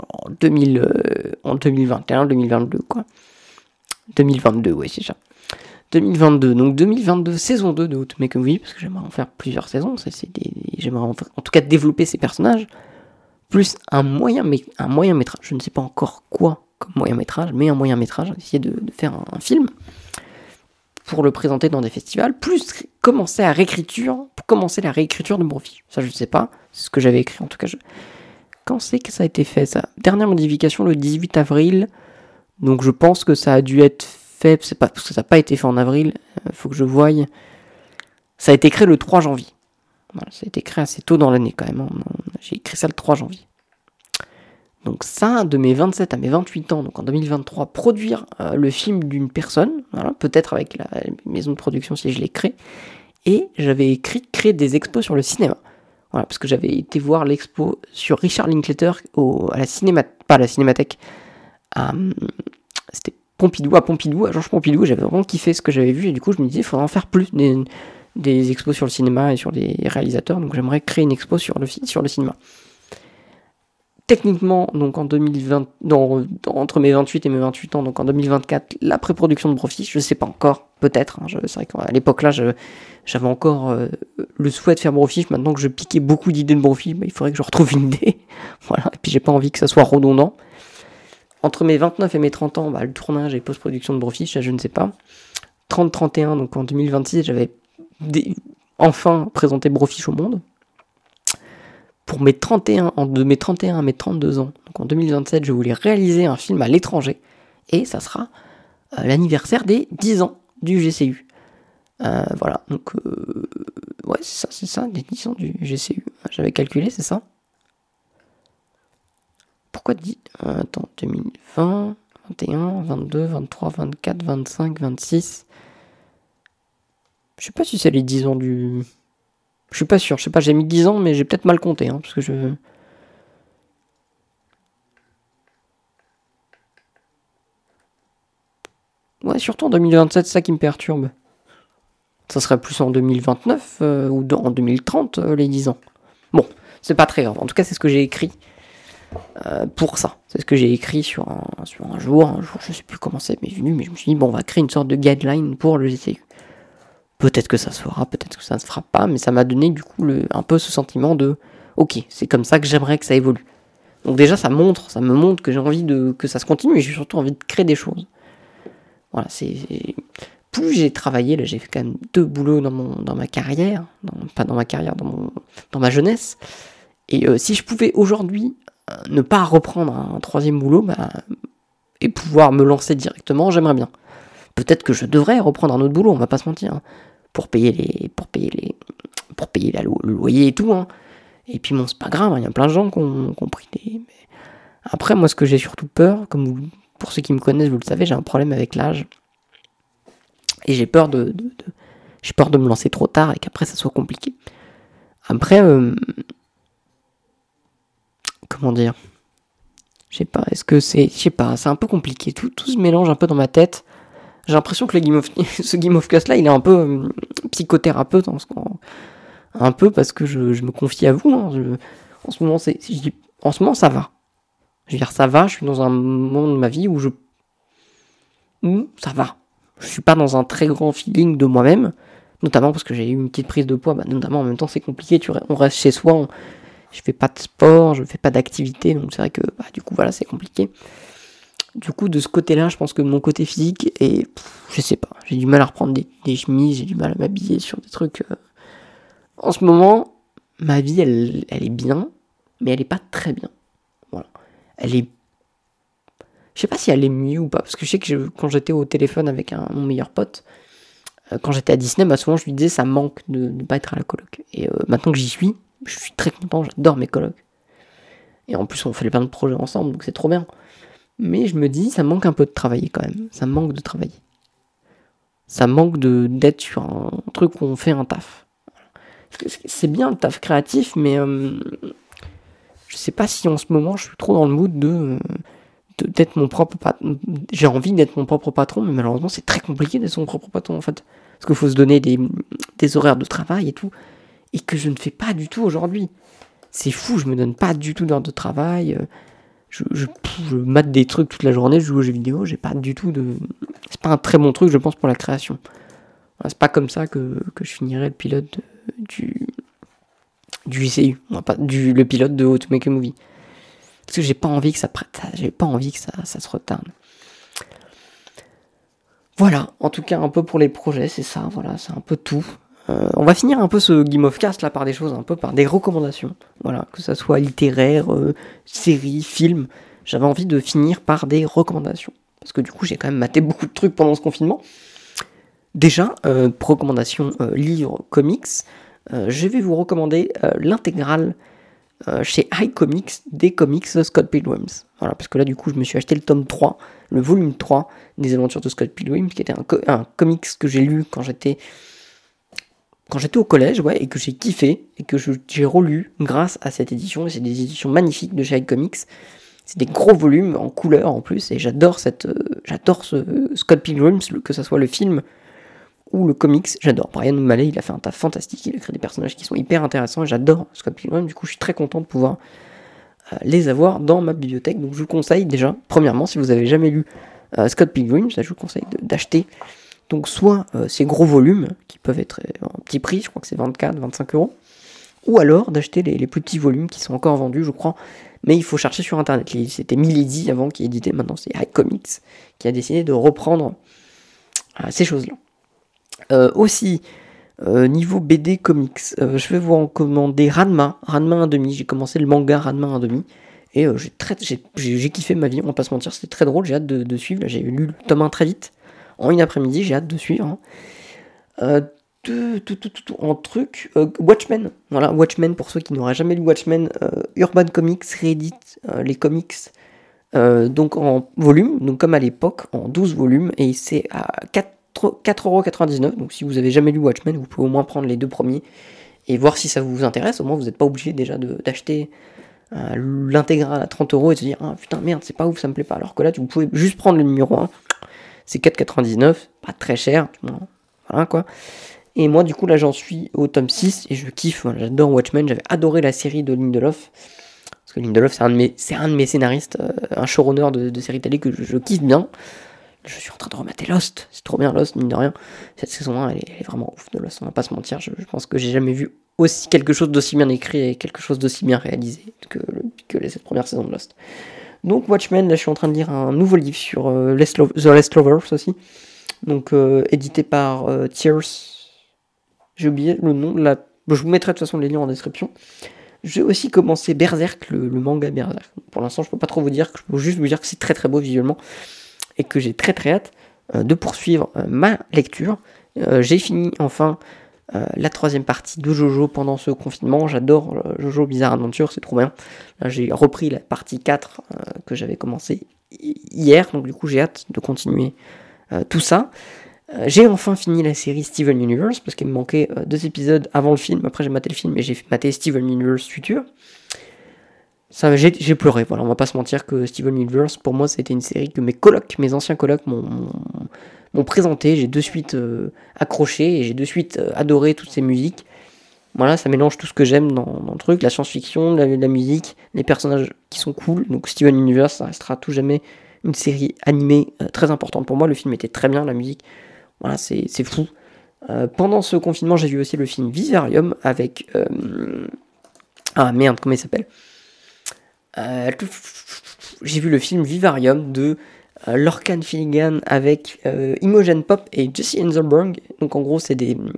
en 2021, 2022, quoi. 2022, ouais, c'est ça. 2022, donc 2022, saison 2 de How to Make a Movie, parce que j'aimerais en faire plusieurs saisons, j'aimerais en tout cas développer ces personnages, plus un moyen métrage, je ne sais pas encore quoi comme moyen métrage, mais un moyen métrage, essayer de faire un film, pour le présenter dans des festivals, plus commencer la réécriture de Brofist. Ça, je ne sais pas, c'est ce que j'avais écrit en tout cas. Quand c'est que ça a été fait, ça? Dernière modification le 18 avril, donc je pense que ça a dû être fait, c'est pas, parce que ça n'a pas été fait en avril, faut que je voie. Ça a été créé le 3 janvier. Voilà, ça a été créé assez tôt dans l'année quand même, hein. J'ai écrit ça le 3 janvier. Donc ça, de mes 27 à mes 28 ans, donc en 2023, produire le film d'une personne, voilà, peut-être avec la maison de production si je l'ai créé, et j'avais écrit créer des expos sur le cinéma. Voilà, parce que j'avais été voir l'expo sur Richard Linklater à la Cinémathèque, c'était à Georges Pompidou, j'avais vraiment kiffé ce que j'avais vu, et du coup je me disais, il faudrait en faire plus des expos sur le cinéma et sur les réalisateurs, donc j'aimerais créer une expo sur le cinéma. Techniquement, donc en 2020, entre mes 28 et mes 28 ans, donc en 2024, la pré-production de Brofist, je sais pas encore, peut-être, hein, c'est vrai qu'à l'époque là, j'avais encore le souhait de faire Brofist, maintenant que je piquais beaucoup d'idées de Brofist, il faudrait que je retrouve une idée, voilà, et puis j'ai pas envie que ça soit redondant. Entre mes 29 et mes 30 ans, le tournage et post-production de Brofist, je ne sais pas. 30-31, donc en 2026, j'avais enfin présenté Brofist au monde. Pour mes 31, de mes 31 à mes 32 ans, donc en 2027, je voulais réaliser un film à l'étranger, et ça sera l'anniversaire des 10 ans du GCU. Voilà, donc ouais, c'est ça, les 10 ans du GCU. J'avais calculé, c'est ça. Pourquoi 10 attends, 2020, 21, 22, 23, 24, 25, 26... Je sais pas si c'est les 10 ans du... Je suis pas sûr, je sais pas, j'ai mis 10 ans, mais j'ai peut-être mal compté, hein, parce que je... Ouais, surtout en 2027, c'est ça qui me perturbe. Ça serait plus en 2029 ou en 2030, les 10 ans. Bon, c'est pas très grave, en tout cas c'est ce que j'ai écrit pour ça. C'est ce que j'ai écrit sur un jour, je sais plus comment c'est venu, mais je me suis dit, bon, on va créer une sorte de guideline pour le GCU. Peut-être que ça se fera, peut-être que ça ne se fera pas, mais ça m'a donné du coup un peu ce sentiment de ok, c'est comme ça que j'aimerais que ça évolue. Donc déjà ça me montre que j'ai envie que ça se continue, et j'ai surtout envie de créer des choses. Voilà, plus j'ai travaillé, là j'ai fait quand même 2 boulots dans ma carrière, dans ma jeunesse, et si je pouvais aujourd'hui ne pas reprendre un 3e boulot, et pouvoir me lancer directement, j'aimerais bien. Peut-être que je devrais reprendre un autre boulot, on va pas se mentir, hein, pour payer le loyer et tout, hein. Et puis bon, c'est pas grave, il y a plein de gens qui ont pris des... Après, moi, ce que j'ai surtout peur, pour ceux qui me connaissent, vous le savez, j'ai un problème avec l'âge. Et j'ai peur de me lancer trop tard et qu'après, ça soit compliqué. Après, comment dire, je sais pas, c'est un peu compliqué. Tout se mélange un peu dans ma tête. J'ai l'impression que ce Game of Class là, il est un peu psychothérapeute, un peu parce que je me confie à vous, hein. En ce moment, ça va. Je veux dire, ça va, je suis dans un moment de ma vie où ça va. Je suis pas dans un très grand feeling de moi-même, notamment parce que j'ai eu une petite prise de poids, notamment en même temps c'est compliqué, on reste chez soi, je fais pas de sport, je fais pas d'activité, donc c'est vrai que du coup voilà, c'est compliqué. Du coup, de ce côté-là, je pense que mon côté physique est... je sais pas, j'ai du mal à reprendre des chemises, j'ai du mal à m'habiller sur des trucs... En ce moment, ma vie, elle est bien, mais elle est pas très bien. Voilà. Elle est... Je sais pas si elle est mieux ou pas, parce que je sais que quand j'étais au téléphone avec mon meilleur pote, quand j'étais à Disney, souvent je lui disais ça manque de ne pas être à la coloc. Et maintenant que j'y suis, je suis très content, j'adore mes colocs. Et en plus, on fait plein de projets ensemble, donc c'est trop bien. Mais je me dis, ça manque un peu de travailler quand même. Ça manque de travailler. Ça manque d'être sur un truc où on fait un taf. C'est bien le taf créatif, mais je sais pas si en ce moment je suis trop dans le mood d'être mon propre patron. J'ai envie d'être mon propre patron, mais malheureusement c'est très compliqué d'être son propre patron en fait. Parce qu'il faut se donner des horaires de travail et tout. Et que je ne fais pas du tout aujourd'hui. C'est fou, je me donne pas du tout d'heures de travail. je mate des trucs toute la journée, je joue aux jeux vidéo, j'ai pas du tout de... C'est pas un très bon truc, je pense, pour la création. Voilà, c'est pas comme ça que je finirai le pilote du ICU, le pilote de How to Make a Movie. Parce que j'ai pas envie que ça se retarde. Voilà, en tout cas un peu pour les projets, c'est ça, voilà, c'est un peu tout. On va finir un peu ce Game of Cast là par des choses, un peu par des recommandations. Voilà, que ça soit littéraire, série, film. J'avais envie de finir par des recommandations. Parce que du coup, j'ai quand même maté beaucoup de trucs pendant ce confinement. Déjà, recommandations livres, comics. Je vais vous recommander l'intégrale chez iComics des comics de Scott Pilgrim. Voilà, parce que là, du coup, je me suis acheté le tome 3, le volume 3 des aventures de Scott Pilgrim, qui était un comics que j'ai lu quand j'étais au collège, ouais, et que j'ai kiffé, et que j'ai relu grâce à cette édition, et c'est des éditions magnifiques de chez iComics. C'est des gros volumes en couleur en plus, et j'adore ce Scott Pilgrim, que ce soit le film ou le comics, j'adore. Brian O'Malley, il a fait un taf fantastique, il a créé des personnages qui sont hyper intéressants, et j'adore Scott Pilgrim, du coup je suis très content de pouvoir les avoir dans ma bibliothèque, donc je vous conseille déjà, premièrement, si vous avez jamais lu Scott Pilgrim, je vous conseille d'acheter donc soit ces gros volumes, qui peuvent être en petit prix, je crois que c'est 24-25 euros, ou alors d'acheter les plus petits volumes qui sont encore vendus, je crois, mais il faut chercher sur internet. C'était Milady avant qui éditait, maintenant c'est iComics qui a décidé de reprendre ces choses-là. Aussi, niveau BD comics, je vais vous recommander Ranma 1,5. J'ai commencé le manga Ranma 1,5 et j'ai kiffé ma vie, on va pas se mentir, c'était très drôle, j'ai hâte de suivre. Là, j'ai lu le tome 1 très vite, en une après-midi, j'ai hâte de suivre. En truc, Watchmen, voilà, Watchmen pour ceux qui n'auraient jamais lu Watchmen, Urban Comics réédite les comics donc en volume, donc comme à l'époque, en 12 volumes, et c'est à 4,99€, donc si vous avez jamais lu Watchmen, vous pouvez au moins prendre les 2 premiers et voir si ça vous intéresse. Au moins vous n'êtes pas obligé déjà d'acheter l'intégrale à 30€ et de se dire ah putain merde c'est pas ouf, ça me plaît pas, alors que là vous pouvez juste prendre le numéro 1, c'est 4,99€, pas très cher, voilà quoi. Et moi du coup là j'en suis au tome 6 et je kiffe, voilà, j'adore Watchmen, j'avais adoré la série de Lindelof, parce que Lindelof c'est un de mes scénaristes, un showrunner de série télé que je kiffe bien. Je suis en train de remater Lost, c'est trop bien Lost, mine de rien. Cette saison 1 elle est vraiment ouf de Lost, on va pas se mentir, je pense que j'ai jamais vu quelque chose d'aussi bien écrit et quelque chose d'aussi bien réalisé que les 7 premières saisons de Lost. Donc Watchmen, là je suis en train de lire un nouveau livre sur The Last Lovers aussi, donc édité par Tears, j'ai oublié le nom, je vous mettrai de toute façon les liens en description. J'ai aussi commencé Berserk, le manga Berserk. Pour l'instant je peux pas trop vous dire, je peux juste vous dire que c'est très très beau visuellement, et que j'ai très très hâte de poursuivre ma lecture. J'ai fini enfin la 3e partie de Jojo pendant ce confinement. J'adore Jojo Bizarre Adventure, c'est trop bien. Là j'ai repris la partie 4 que j'avais commencé hier, donc du coup j'ai hâte de continuer tout ça. J'ai enfin fini la série Steven Universe, parce qu'il me manquait 2 épisodes avant le film. Après j'ai maté le film et j'ai maté Steven Universe futur. Ça, j'ai pleuré, voilà, on va pas se mentir que Steven Universe, pour moi, c'était une série que mes anciens colocs m'ont présenté. J'ai de suite accroché et j'ai de suite adoré toutes ces musiques. Voilà, ça mélange tout ce que j'aime dans le truc, la science-fiction, la musique, les personnages qui sont cool. Donc Steven Universe, ça restera tout jamais une série animée très importante pour moi. Le film était très bien, la musique, voilà, c'est fou. Pendant ce confinement, j'ai vu aussi le film Vivarium avec... comment il s'appelle ? J'ai vu le film Vivarium de Lorcan Finnegan avec Imogen Pop et Jesse Eisenberg. Donc en gros c'est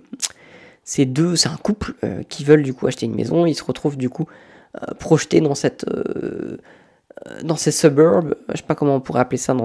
un couple qui veulent du coup acheter une maison. Ils se retrouvent du coup projetés dans ces suburbs. Je sais pas comment on pourrait appeler ça,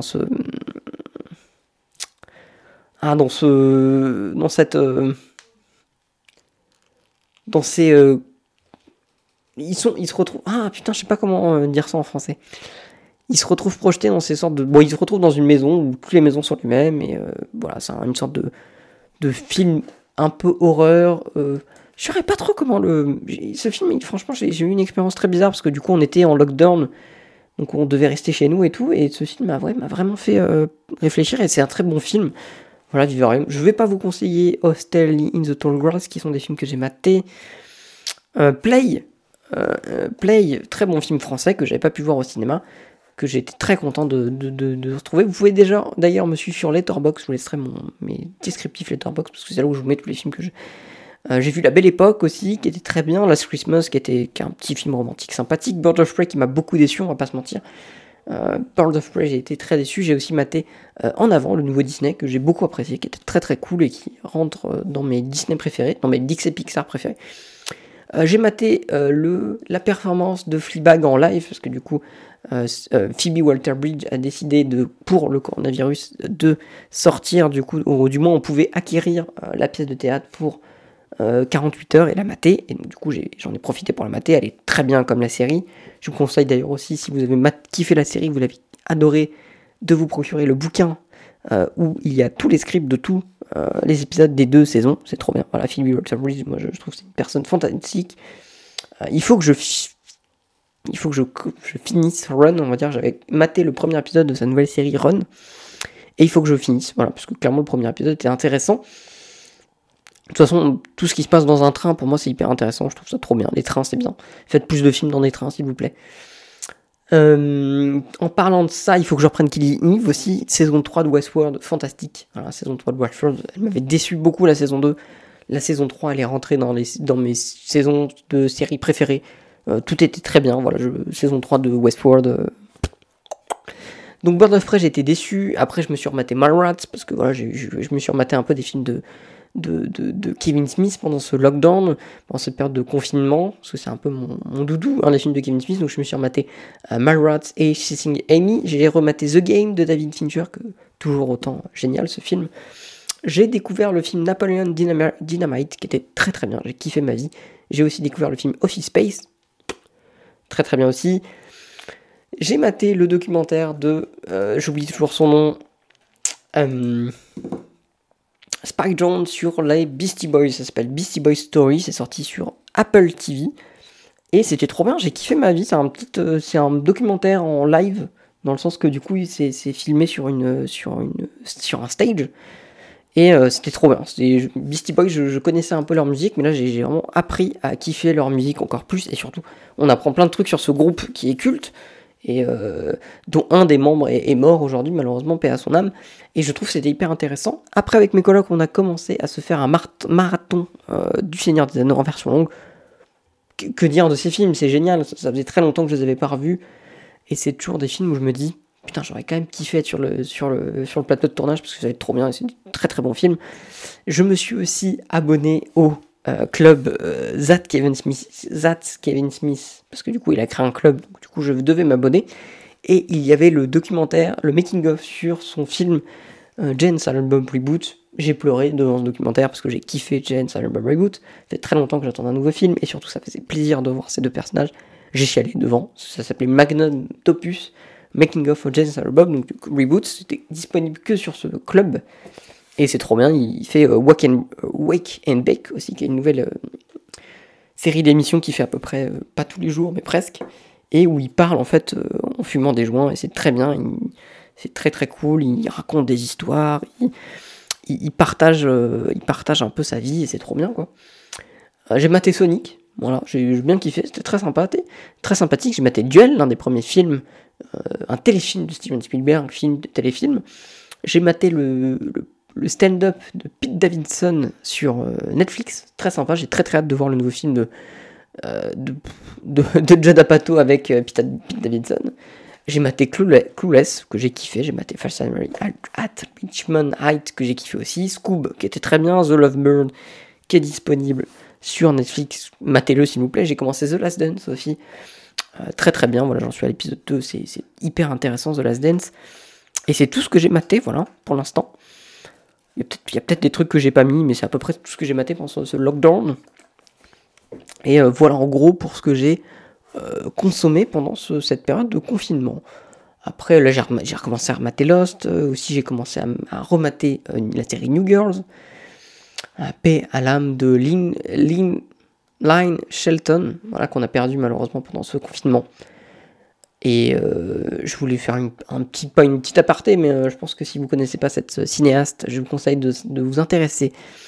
ils se retrouvent... je sais pas comment dire ça en français. Ils se retrouvent projetés dans ces sortes de... Bon, ils se retrouvent dans une maison où toutes les maisons sont les mêmes, et voilà, c'est une sorte de film un peu horreur. Je saurais pas trop comment ce film, franchement, j'ai eu une expérience très bizarre, parce que du coup, on était en lockdown, donc on devait rester chez nous et tout, et ce film m'a vraiment fait réfléchir, et c'est un très bon film. Voilà, Vivarium. Je vais pas vous conseiller Hostel in the Tall Grass, qui sont des films que j'ai matés. Play, très bon film français que j'avais pas pu voir au cinéma. que j'ai été très content de retrouver. Vous pouvez déjà d'ailleurs me suivre sur Letterboxd, je vous laisserai mes descriptifs Letterboxd, parce que c'est là où je vous mets tous les films que j'ai vu La Belle Époque aussi, qui était très bien, Last Christmas, qui est un petit film romantique sympathique, Birds of Prey qui m'a beaucoup déçu, on va pas se mentir. Birds of Prey, j'ai été très déçu. J'ai aussi maté En Avant, le nouveau Disney, que j'ai beaucoup apprécié, qui était très très cool et qui rentre dans mes Disney préférés, dans mes Disney Pixar préférés. J'ai maté la performance de Fleabag en live, parce que du coup, Phoebe Waller-Bridge a décidé pour le coronavirus de sortir, du coup, ou du moins on pouvait acquérir la pièce de théâtre pour 48 heures et la mater, et donc du coup j'en ai profité pour la mater. Elle est très bien comme la série. Je vous conseille d'ailleurs aussi, si vous avez kiffé la série, vous l'avez adoré, de vous procurer le bouquin où il y a tous les scripts de tous les épisodes des 2 saisons. C'est trop bien. Voilà, Phoebe Waller-Bridge, moi je trouve que c'est une personne fantastique. Il faut que je finisse Run, on va dire. J'avais maté le premier épisode de sa nouvelle série Run, et il faut que je finisse, voilà, parce que clairement le premier épisode était intéressant. De toute façon, tout ce qui se passe dans un train, pour moi, c'est hyper intéressant. Je trouve ça trop bien. Les trains, c'est bien. Faites plus de films dans des trains, s'il vous plaît. En parlant de ça, il faut que je reprenne Killing Eve aussi. Saison 3 de Westworld, fantastique. Voilà, saison 3 de Westworld, elle m'avait déçu beaucoup, la saison 2. La saison 3, elle est rentrée dans mes saisons de séries préférées. Tout était très bien. Voilà, saison 3 de Westworld. Donc Birds of Prey, j'ai été déçu. Après, je me suis rematé Mallrats, parce que voilà, je me suis rematé un peu des films de Kevin Smith pendant ce lockdown, pendant cette période de confinement, parce que c'est un peu mon doudou, les films de Kevin Smith. Donc je me suis rematé Mallrats et Chasing Amy. J'ai rematé The Game de David Fincher, que toujours autant génial ce film. J'ai découvert le film Napoleon Dynamite, qui était très très bien, j'ai kiffé ma vie. J'ai aussi découvert le film Office Space, très très bien aussi. J'ai maté le documentaire j'oublie toujours son nom, Spike Jonze sur les Beastie Boys. Ça s'appelle Beastie Boys Story, c'est sorti sur Apple TV, et c'était trop bien, j'ai kiffé ma vie. C'est un documentaire en live, dans le sens que du coup c'est filmé sur un stage, et c'était trop bien. Beastie Boys, je connaissais un peu leur musique, mais là j'ai vraiment appris à kiffer leur musique encore plus, et surtout on apprend plein de trucs sur ce groupe qui est culte, et dont un des membres est mort aujourd'hui, malheureusement, paix à son âme. Et je trouve que c'était hyper intéressant. Après, avec mes colocs, on a commencé à se faire un marathon du Seigneur des Anneaux en version longue. Que dire de ces films, c'est génial, ça faisait très longtemps que je les avais pas revus, et c'est toujours des films où je me dis, putain, j'aurais quand même kiffé être sur le plateau de tournage, parce que ça va être trop bien, et c'est des très très bons films. Je me suis aussi abonné au club That Kevin Smith, parce que du coup il a créé un club, donc du coup je devais m'abonner, et il y avait le documentaire, le making of sur son film Jay and Silent Bob Reboot. J'ai pleuré devant ce documentaire parce que j'ai kiffé Jay and Silent Bob Reboot. Ça fait très longtemps que j'attendais un nouveau film, et surtout ça faisait plaisir de voir ces deux personnages. J'ai chialé devant. Ça s'appelait Magnum Opus Making of Jay and Silent Bob, donc du coup, Reboot. C'était disponible que sur ce club, et c'est trop bien. Il fait Wake and Bake aussi, qui est une nouvelle série d'émissions qui fait à peu près, pas tous les jours, mais presque, et où il parle en fait en fumant des joints, et c'est très bien. C'est très très cool. Il raconte des histoires. Il partage un peu sa vie, et c'est trop bien, quoi. J'ai maté Sonic, voilà, j'ai bien kiffé, c'était très sympa, très sympathique. J'ai maté Duel, l'un des premiers films, un téléfilm de Steven Spielberg, film de téléfilm. J'ai maté le stand-up de Pete Davidson sur Netflix, très sympa. J'ai très très hâte de voir le nouveau film de Judd Apatow avec Pete Davidson. J'ai maté Clueless, que j'ai kiffé. J'ai maté False Memory at Richmond Heights, que j'ai kiffé aussi. Scoob, qui était très bien. The Lovebird, qui est disponible sur Netflix. Matez-le, s'il vous plaît. J'ai commencé The Last Dance aussi. Très très bien. Voilà, j'en suis à l'épisode 2. C'est hyper intéressant, The Last Dance. Et c'est tout ce que j'ai maté, voilà, pour l'instant. Il y a peut-être des trucs que j'ai pas mis, mais c'est à peu près tout ce que j'ai maté pendant ce lockdown. Et voilà, en gros, pour ce que j'ai consommé pendant cette période de confinement. Après, là, j'ai recommencé à remater Lost. Aussi, j'ai commencé à remater la série New Girls. Paix à l'âme de Lynn Shelton, voilà, qu'on a perdu malheureusement pendant ce confinement. Et je voulais faire pas une petite aparté, mais je pense que si vous ne connaissez pas cette cinéaste, je vous conseille de vous intéresser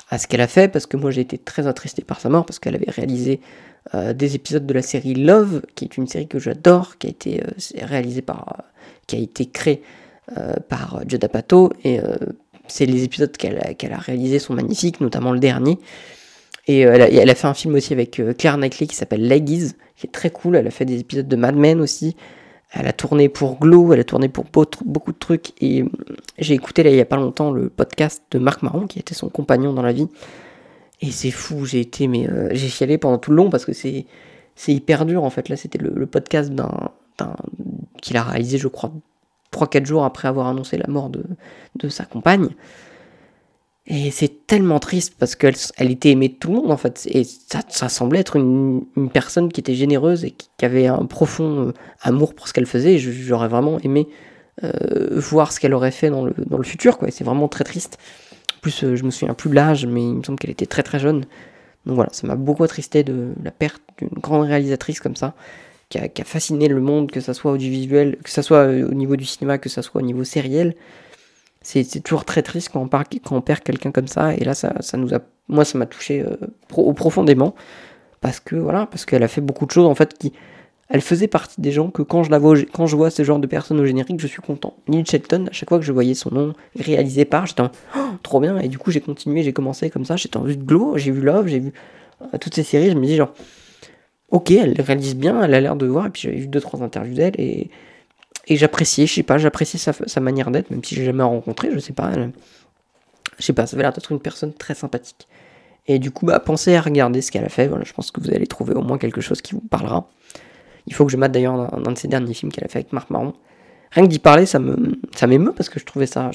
à ce qu'elle a fait, parce que moi j'ai été très attristé par sa mort, parce qu'elle avait réalisé des épisodes de la série Love, qui est une série que j'adore, qui a été qui a été créée par Judd Apatow, et c'est les épisodes qu'elle a réalisés sont magnifiques, notamment le dernier. Et elle a fait un film aussi avec Claire Knightley qui s'appelle Leggies, qui est très cool. Elle a fait des épisodes de Mad Men aussi. Elle a tourné pour Glow, elle a tourné pour beaucoup de trucs. Et j'ai écouté là il y a pas longtemps le podcast de Marc Maron, qui était son compagnon dans la vie. Et c'est fou, j'ai chialé pendant tout le long parce que c'est hyper dur en fait. Là c'était le podcast qu'il a réalisé, je crois, 3-4 jours après avoir annoncé la mort de sa compagne. Et c'est tellement triste parce qu'elle était aimée de tout le monde en fait. Et ça semblait être une personne qui était généreuse et qui avait un profond amour pour ce qu'elle faisait. Et j'aurais vraiment aimé voir ce qu'elle aurait fait dans le futur, quoi. Et c'est vraiment très triste. En plus, je me souviens plus de l'âge, mais il me semble qu'elle était très très jeune. Donc voilà, ça m'a beaucoup attristé de la perte d'une grande réalisatrice comme ça, qui a fasciné le monde, que ça soit audiovisuel, que ça soit au niveau du cinéma, que ça soit au niveau sériel. C'est toujours très triste quand on perd quelqu'un comme ça, et là moi ça m'a touché profondément, parce qu'elle a fait beaucoup de choses en fait elle faisait partie des gens que quand je vois ce genre de personnes au générique, je suis content. Neil Shelton, à chaque fois que je voyais son nom réalisé par, j'étais trop bien, et du coup j'ai continué, j'ai commencé comme ça, j'étais en vue de Glow, j'ai vu Love, j'ai vu toutes ces séries, je me dis genre ok, elle réalise bien, elle a l'air de voir, et puis j'avais vu 2-3 interviews d'elle, et j'appréciais sa manière d'être, même si j'ai jamais rencontré, je sais pas, ça avait l'air d'être une personne très sympathique. Et du coup, pensez à regarder ce qu'elle a fait, voilà, je pense que vous allez trouver au moins quelque chose qui vous parlera. Il faut que je mate d'ailleurs un de ses derniers films qu'elle a fait avec Marc Maron. Rien que d'y parler, ça m'émeut parce que je trouve ça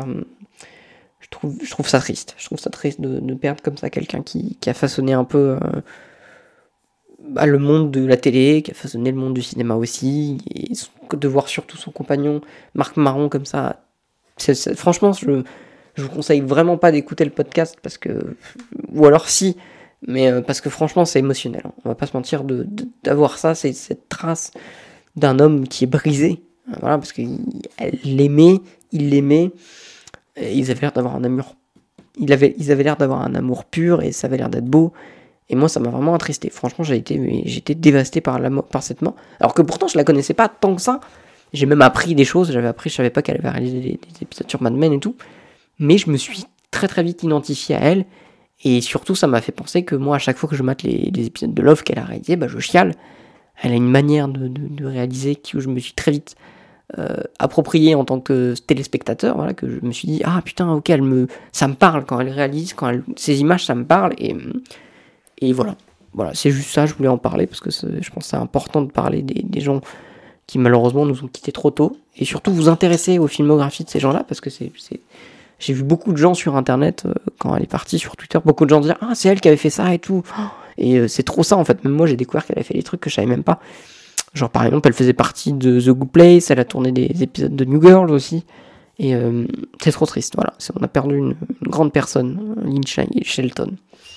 triste. Je trouve ça triste de perdre comme ça quelqu'un qui a façonné un peu le monde de la télé, qui a façonné le monde du cinéma aussi, et de voir surtout son compagnon Marc Maron comme ça. Franchement, je vous conseille vraiment pas d'écouter le podcast parce que, ou alors si, mais parce que franchement c'est émotionnel. On va pas se mentir d'avoir ça, c'est cette trace d'un homme qui est brisé. Voilà, parce qu'il l'aimait, il l'aimait. Ils avaient l'air d'avoir un amour. Ils avaient l'air d'avoir un amour pur et ça avait l'air d'être beau. Et moi, ça m'a vraiment attristé. Franchement, j'étais dévasté par cette mort. Alors que pourtant, je la connaissais pas tant que ça. J'ai même appris des choses. Je savais pas qu'elle avait réalisé des épisodes sur Mad Men et tout. Mais je me suis très très vite identifié à elle. Et surtout, ça m'a fait penser que moi, à chaque fois que je mate les épisodes de Love qu'elle a réalisé, je chiale. Elle a une manière de réaliser que je me suis très vite approprié en tant que téléspectateur. Voilà, que je me suis dit, ah putain, ok, ça me parle quand elle réalise, ces images, ça me parle. Et voilà, c'est juste ça, je voulais en parler parce que je pense que c'est important de parler des gens qui malheureusement nous ont quittés trop tôt, et surtout vous intéresser aux filmographies de ces gens-là, parce que j'ai vu beaucoup de gens sur internet, quand elle est partie sur Twitter, beaucoup de gens dire « Ah, c'est elle qui avait fait ça et tout !» Et c'est trop ça en fait, même moi j'ai découvert qu'elle avait fait des trucs que je savais même pas. Genre par exemple, elle faisait partie de The Good Place, elle a tourné des épisodes de New Girl aussi, et c'est trop triste, voilà. On a perdu une grande personne, Lynn Shelton.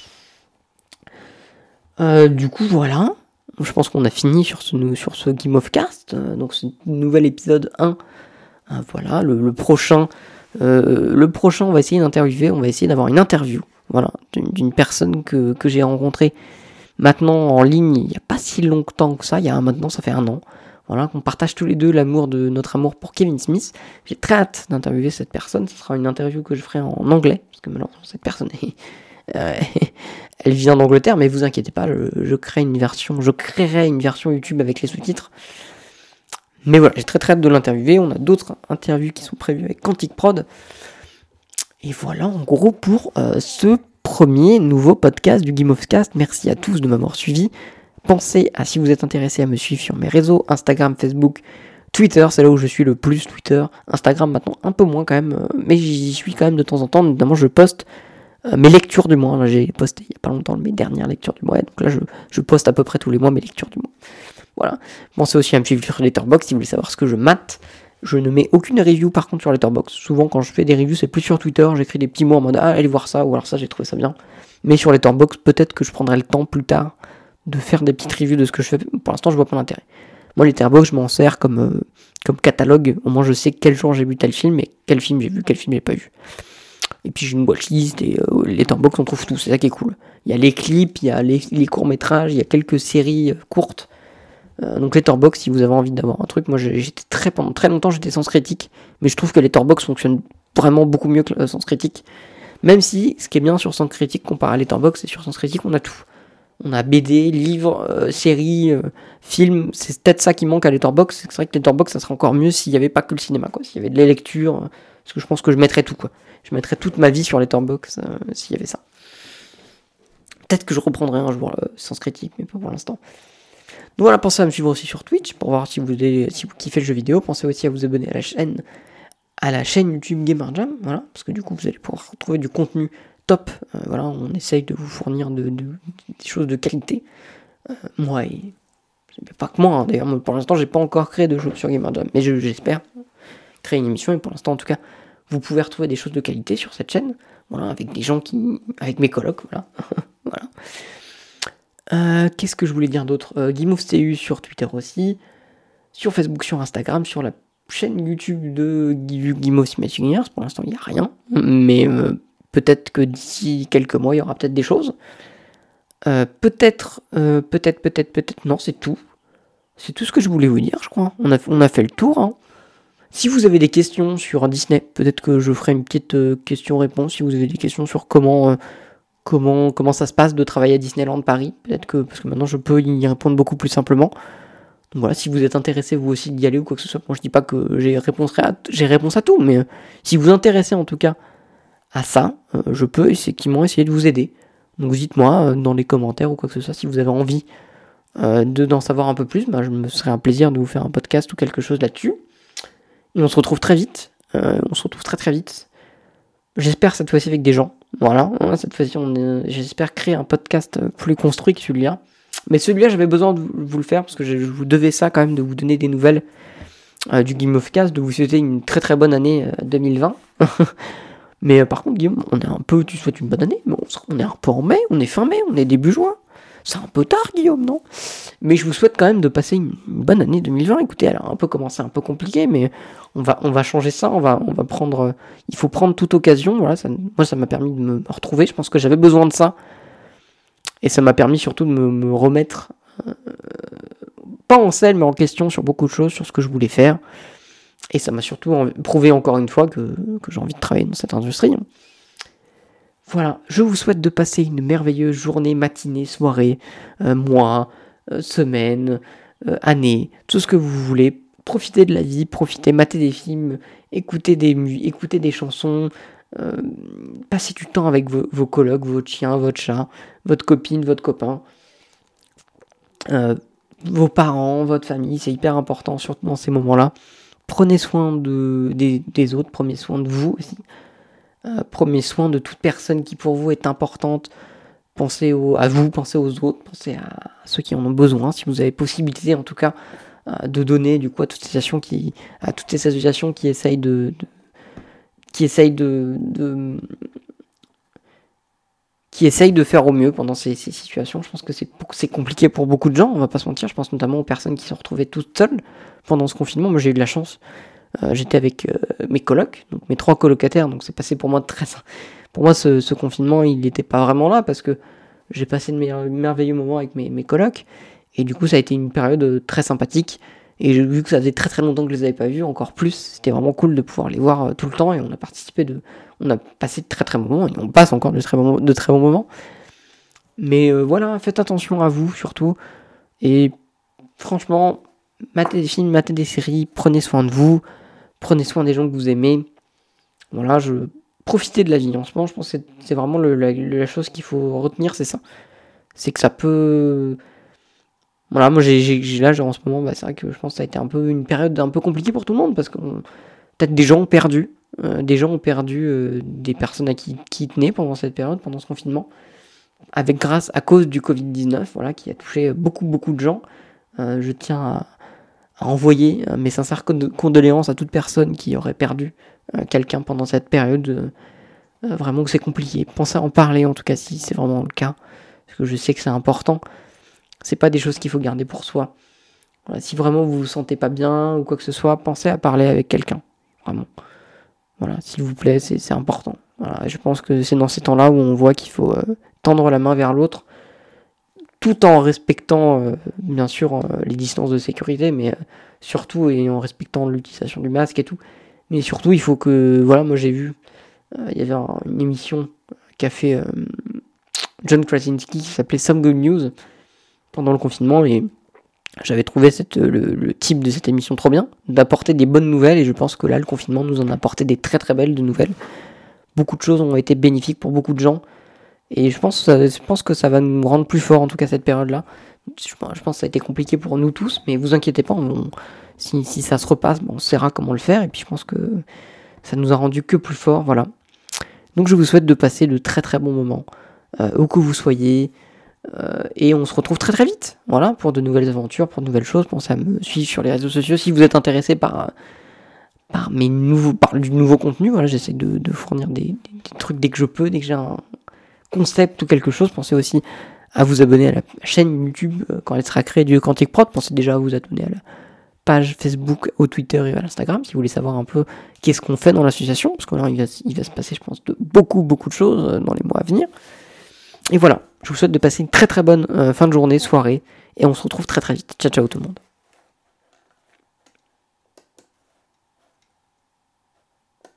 Du coup, voilà. Je pense qu'on a fini sur ce Game of Cast. Donc, ce nouvel épisode 1. Voilà. Le prochain, on va essayer d'interviewer. On va essayer d'avoir une interview. Voilà. D'une personne que j'ai rencontrée maintenant en ligne il n'y a pas si longtemps que ça. Maintenant, ça fait 1 an. Voilà. Qu'on partage tous les deux notre amour pour Kevin Smith. J'ai très hâte d'interviewer cette personne. Ce sera une interview que je ferai en anglais. Parce que malheureusement, cette personne est. Elle vient d'Angleterre, mais vous inquiétez pas, je créerai une version YouTube avec les sous-titres. Mais voilà, j'ai très très hâte de l'interviewer. On a d'autres interviews qui sont prévues avec Quantic Prod. Et voilà en gros pour ce premier nouveau podcast du Game of Cast. Merci à tous de m'avoir suivi. Pensez à, si vous êtes intéressé, à me suivre sur mes réseaux, Instagram, Facebook, Twitter, c'est là où je suis le plus. Twitter, Instagram maintenant un peu moins quand même, mais j'y suis quand même de temps en temps. Notamment je poste mes lectures du mois. Là, j'ai posté il n'y a pas longtemps mes dernières lectures du mois. Donc là, je poste à peu près tous les mois mes lectures du mois. Voilà. Pensez aussi à me suivre sur Letterboxd si vous voulez savoir ce que je mate. Je ne mets aucune review par contre sur Letterboxd. Souvent, quand je fais des reviews, c'est plus sur Twitter. J'écris des petits mots en mode allez voir ça, ou alors ça, j'ai trouvé ça bien. Mais sur Letterboxd, peut-être que je prendrai le temps plus tard de faire des petites reviews de ce que je fais. Pour l'instant, je vois pas l'intérêt. Moi, Letterboxd, je m'en sers comme catalogue. Au moins, je sais quel jour j'ai vu tel film et quel film j'ai vu, quel film j'ai pas vu. Et puis j'ai une watchlist et Letterboxd, on trouve tout, c'est ça qui est cool. Il y a les clips, il y a les courts-métrages, il y a quelques séries courtes. Donc Letterboxd, si vous avez envie d'avoir un truc, moi pendant très longtemps j'étais Sens Critique, mais je trouve que Letterboxd fonctionne vraiment beaucoup mieux que Sens Critique. Même si, ce qui est bien sur Sens Critique comparé à Letterboxd, c'est sur Sens Critique on a tout. On a BD, livres, séries, films, c'est peut-être ça qui manque à Letterboxd. C'est vrai que Letterboxd ça serait encore mieux s'il n'y avait pas que le cinéma, quoi. S'il y avait de la lecture, parce que je pense que je mettrais tout, quoi. Je mettrais toute ma vie sur Letterboxd s'il y avait ça. Peut-être que je reprendrai un jour Sens Critique, mais pas pour l'instant. Donc voilà, pensez à me suivre aussi sur Twitch pour voir si vous kiffez le jeu vidéo. Pensez aussi à vous abonner à la chaîne YouTube Gamer Jam, voilà, parce que du coup vous allez pouvoir retrouver du contenu top. Voilà, on essaye de vous fournir des choses de qualité. Moi et pas que moi, hein, d'ailleurs, pour l'instant j'ai pas encore créé de jeux sur Gamer Jam, mais j'espère créer une émission et pour l'instant en tout cas vous pouvez retrouver des choses de qualité sur cette chaîne, voilà, avec des gens avec mes colocs, voilà. Voilà. Qu'est-ce que je voulais dire d'autre? GuimauveCU sur Twitter aussi, sur Facebook, sur Instagram, sur la chaîne YouTube de Guimauve Cinematic Universe. Pour l'instant il n'y a rien, mais peut-être que d'ici quelques mois il y aura peut-être des choses. Peut-être non, c'est tout. C'est tout ce que je voulais vous dire, je crois. On a fait le tour, hein. Si vous avez des questions sur Disney, peut-être que je ferai une petite question-réponse. Si vous avez des questions sur comment ça se passe de travailler à Disneyland Paris, peut-être que, parce que maintenant je peux y répondre beaucoup plus simplement. Donc voilà, si vous êtes intéressé vous aussi d'y aller ou quoi que ce soit, moi je dis pas que j'ai réponse à tout, mais si vous intéressez en tout cas à ça, je peux effectivement essayer de vous aider. Donc dites-moi dans les commentaires ou quoi que ce soit si vous avez envie d'en savoir un peu plus, je me serait un plaisir de vous faire un podcast ou quelque chose là-dessus. Et on se retrouve très vite, très vite. J'espère cette fois-ci avec des gens. Voilà, cette fois-ci j'espère créer un podcast plus construit que celui-là. Mais celui-là j'avais besoin de vous le faire parce que je vous devais ça quand même, de vous donner des nouvelles du GuimauveCast, de vous souhaiter une très très bonne année 2020. Mais par contre Guillaume, tu souhaites une bonne année, mais on est un peu en mai, on est fin mai, on est début juin. C'est un peu tard Guillaume, non? Mais je vous souhaite quand même de passer une bonne année 2020. Écoutez, elle a un peu commencé un peu compliqué, mais on va changer ça, on va prendre... il faut prendre toute occasion, voilà, moi ça m'a permis de me retrouver, je pense que j'avais besoin de ça. Et ça m'a permis surtout de me remettre, pas en selle, mais en question sur beaucoup de choses, sur ce que je voulais faire. Et ça m'a surtout prouvé encore une fois que j'ai envie de travailler dans cette industrie. Voilà, je vous souhaite de passer une merveilleuse journée, matinée, soirée, mois, semaine, année, tout ce que vous voulez. Profitez de la vie, matez des films, écoutez des chansons, passez du temps avec vos colocs, votre chien, votre chat, votre copine, votre copain, vos parents, votre famille, c'est hyper important, surtout dans ces moments-là. Prenez soin des autres, prenez soin de vous aussi. Prenez soin de toute personne qui pour vous est importante. Pensez à vous, pensez aux autres, pensez à ceux qui en ont besoin, si vous avez possibilité en tout cas de donner du coup à toutes ces associations qui essayent de faire au mieux pendant ces situations. Je pense que c'est compliqué pour beaucoup de gens, on va pas se mentir. Je pense notamment aux personnes qui se sont retrouvées toutes seules pendant ce confinement. Moi j'ai eu de la chance. J'étais avec mes colocs, donc mes 3 colocataires, donc c'est passé pour moi Pour moi, ce confinement, il n'était pas vraiment là, parce que j'ai passé de merveilleux moments avec mes colocs, et du coup, ça a été une période très sympathique, et j'ai vu que ça faisait très très longtemps que je les avais pas vus, encore plus, c'était vraiment cool de pouvoir les voir tout le temps, et on a passé de très très bons moments, et on passe encore de très bons moments, mais voilà, faites attention à vous, surtout, et franchement, matez des films, matez des séries, prenez soin de vous, prenez soin des gens que vous aimez. Voilà, profitez de la vie en ce moment. Je pense que c'est vraiment la chose qu'il faut retenir, c'est ça. C'est que ça peut... Voilà, moi là, en ce moment, c'est vrai que je pense que ça a été une période un peu compliquée pour tout le monde, parce que peut-être des gens ont perdu. Des personnes à qui ils tenaient pendant cette période, pendant ce confinement, à cause du Covid-19, voilà, qui a touché beaucoup de gens. Je tiens à envoyer mes sincères condoléances à toute personne qui aurait perdu quelqu'un pendant cette période. Vraiment que c'est compliqué. Pensez à en parler en tout cas si c'est vraiment le cas, parce que je sais que c'est important. C'est pas des choses qu'il faut garder pour soi. Voilà, si vraiment vous vous sentez pas bien ou quoi que ce soit, pensez à parler avec quelqu'un. Vraiment. Voilà, s'il vous plaît, c'est important. Voilà, et je pense que c'est dans ces temps-là où on voit qu'il faut tendre la main vers l'autre, tout en respectant bien sûr les distances de sécurité, mais surtout et en respectant l'utilisation du masque et tout. Mais surtout, il faut que, voilà, moi j'ai vu, il y avait une émission qu'a fait John Krasinski qui s'appelait Some Good News pendant le confinement, et j'avais trouvé le type de cette émission trop bien, d'apporter des bonnes nouvelles, et je pense que là, le confinement nous en a apporté des très très belles de nouvelles. Beaucoup de choses ont été bénéfiques pour beaucoup de gens, et je pense que ça va nous rendre plus forts, en tout cas cette période-là. Je pense que ça a été compliqué pour nous tous, mais vous inquiétez pas, si ça se repasse, on saura comment le faire, et puis je pense que ça nous a rendu que plus forts, voilà. Donc je vous souhaite de passer de très très bons moments, où que vous soyez, et on se retrouve très très vite, voilà, pour de nouvelles aventures, pour de nouvelles choses. Pensez à me suivre sur les réseaux sociaux si vous êtes intéressé par du nouveau contenu. Voilà, j'essaie de fournir des trucs dès que je peux, dès que j'ai un concept ou quelque chose. Pensez aussi à vous abonner à la chaîne YouTube quand elle sera créée du Quantique Prod. Pensez déjà à vous abonner à la page Facebook, au Twitter et à l'Instagram si vous voulez savoir un peu qu'est-ce qu'on fait dans l'association, parce que là il va se passer, je pense, de beaucoup de choses dans les mois à venir. Et voilà, je vous souhaite de passer une très très bonne fin de journée, soirée, et on se retrouve très très vite. Ciao ciao tout le monde.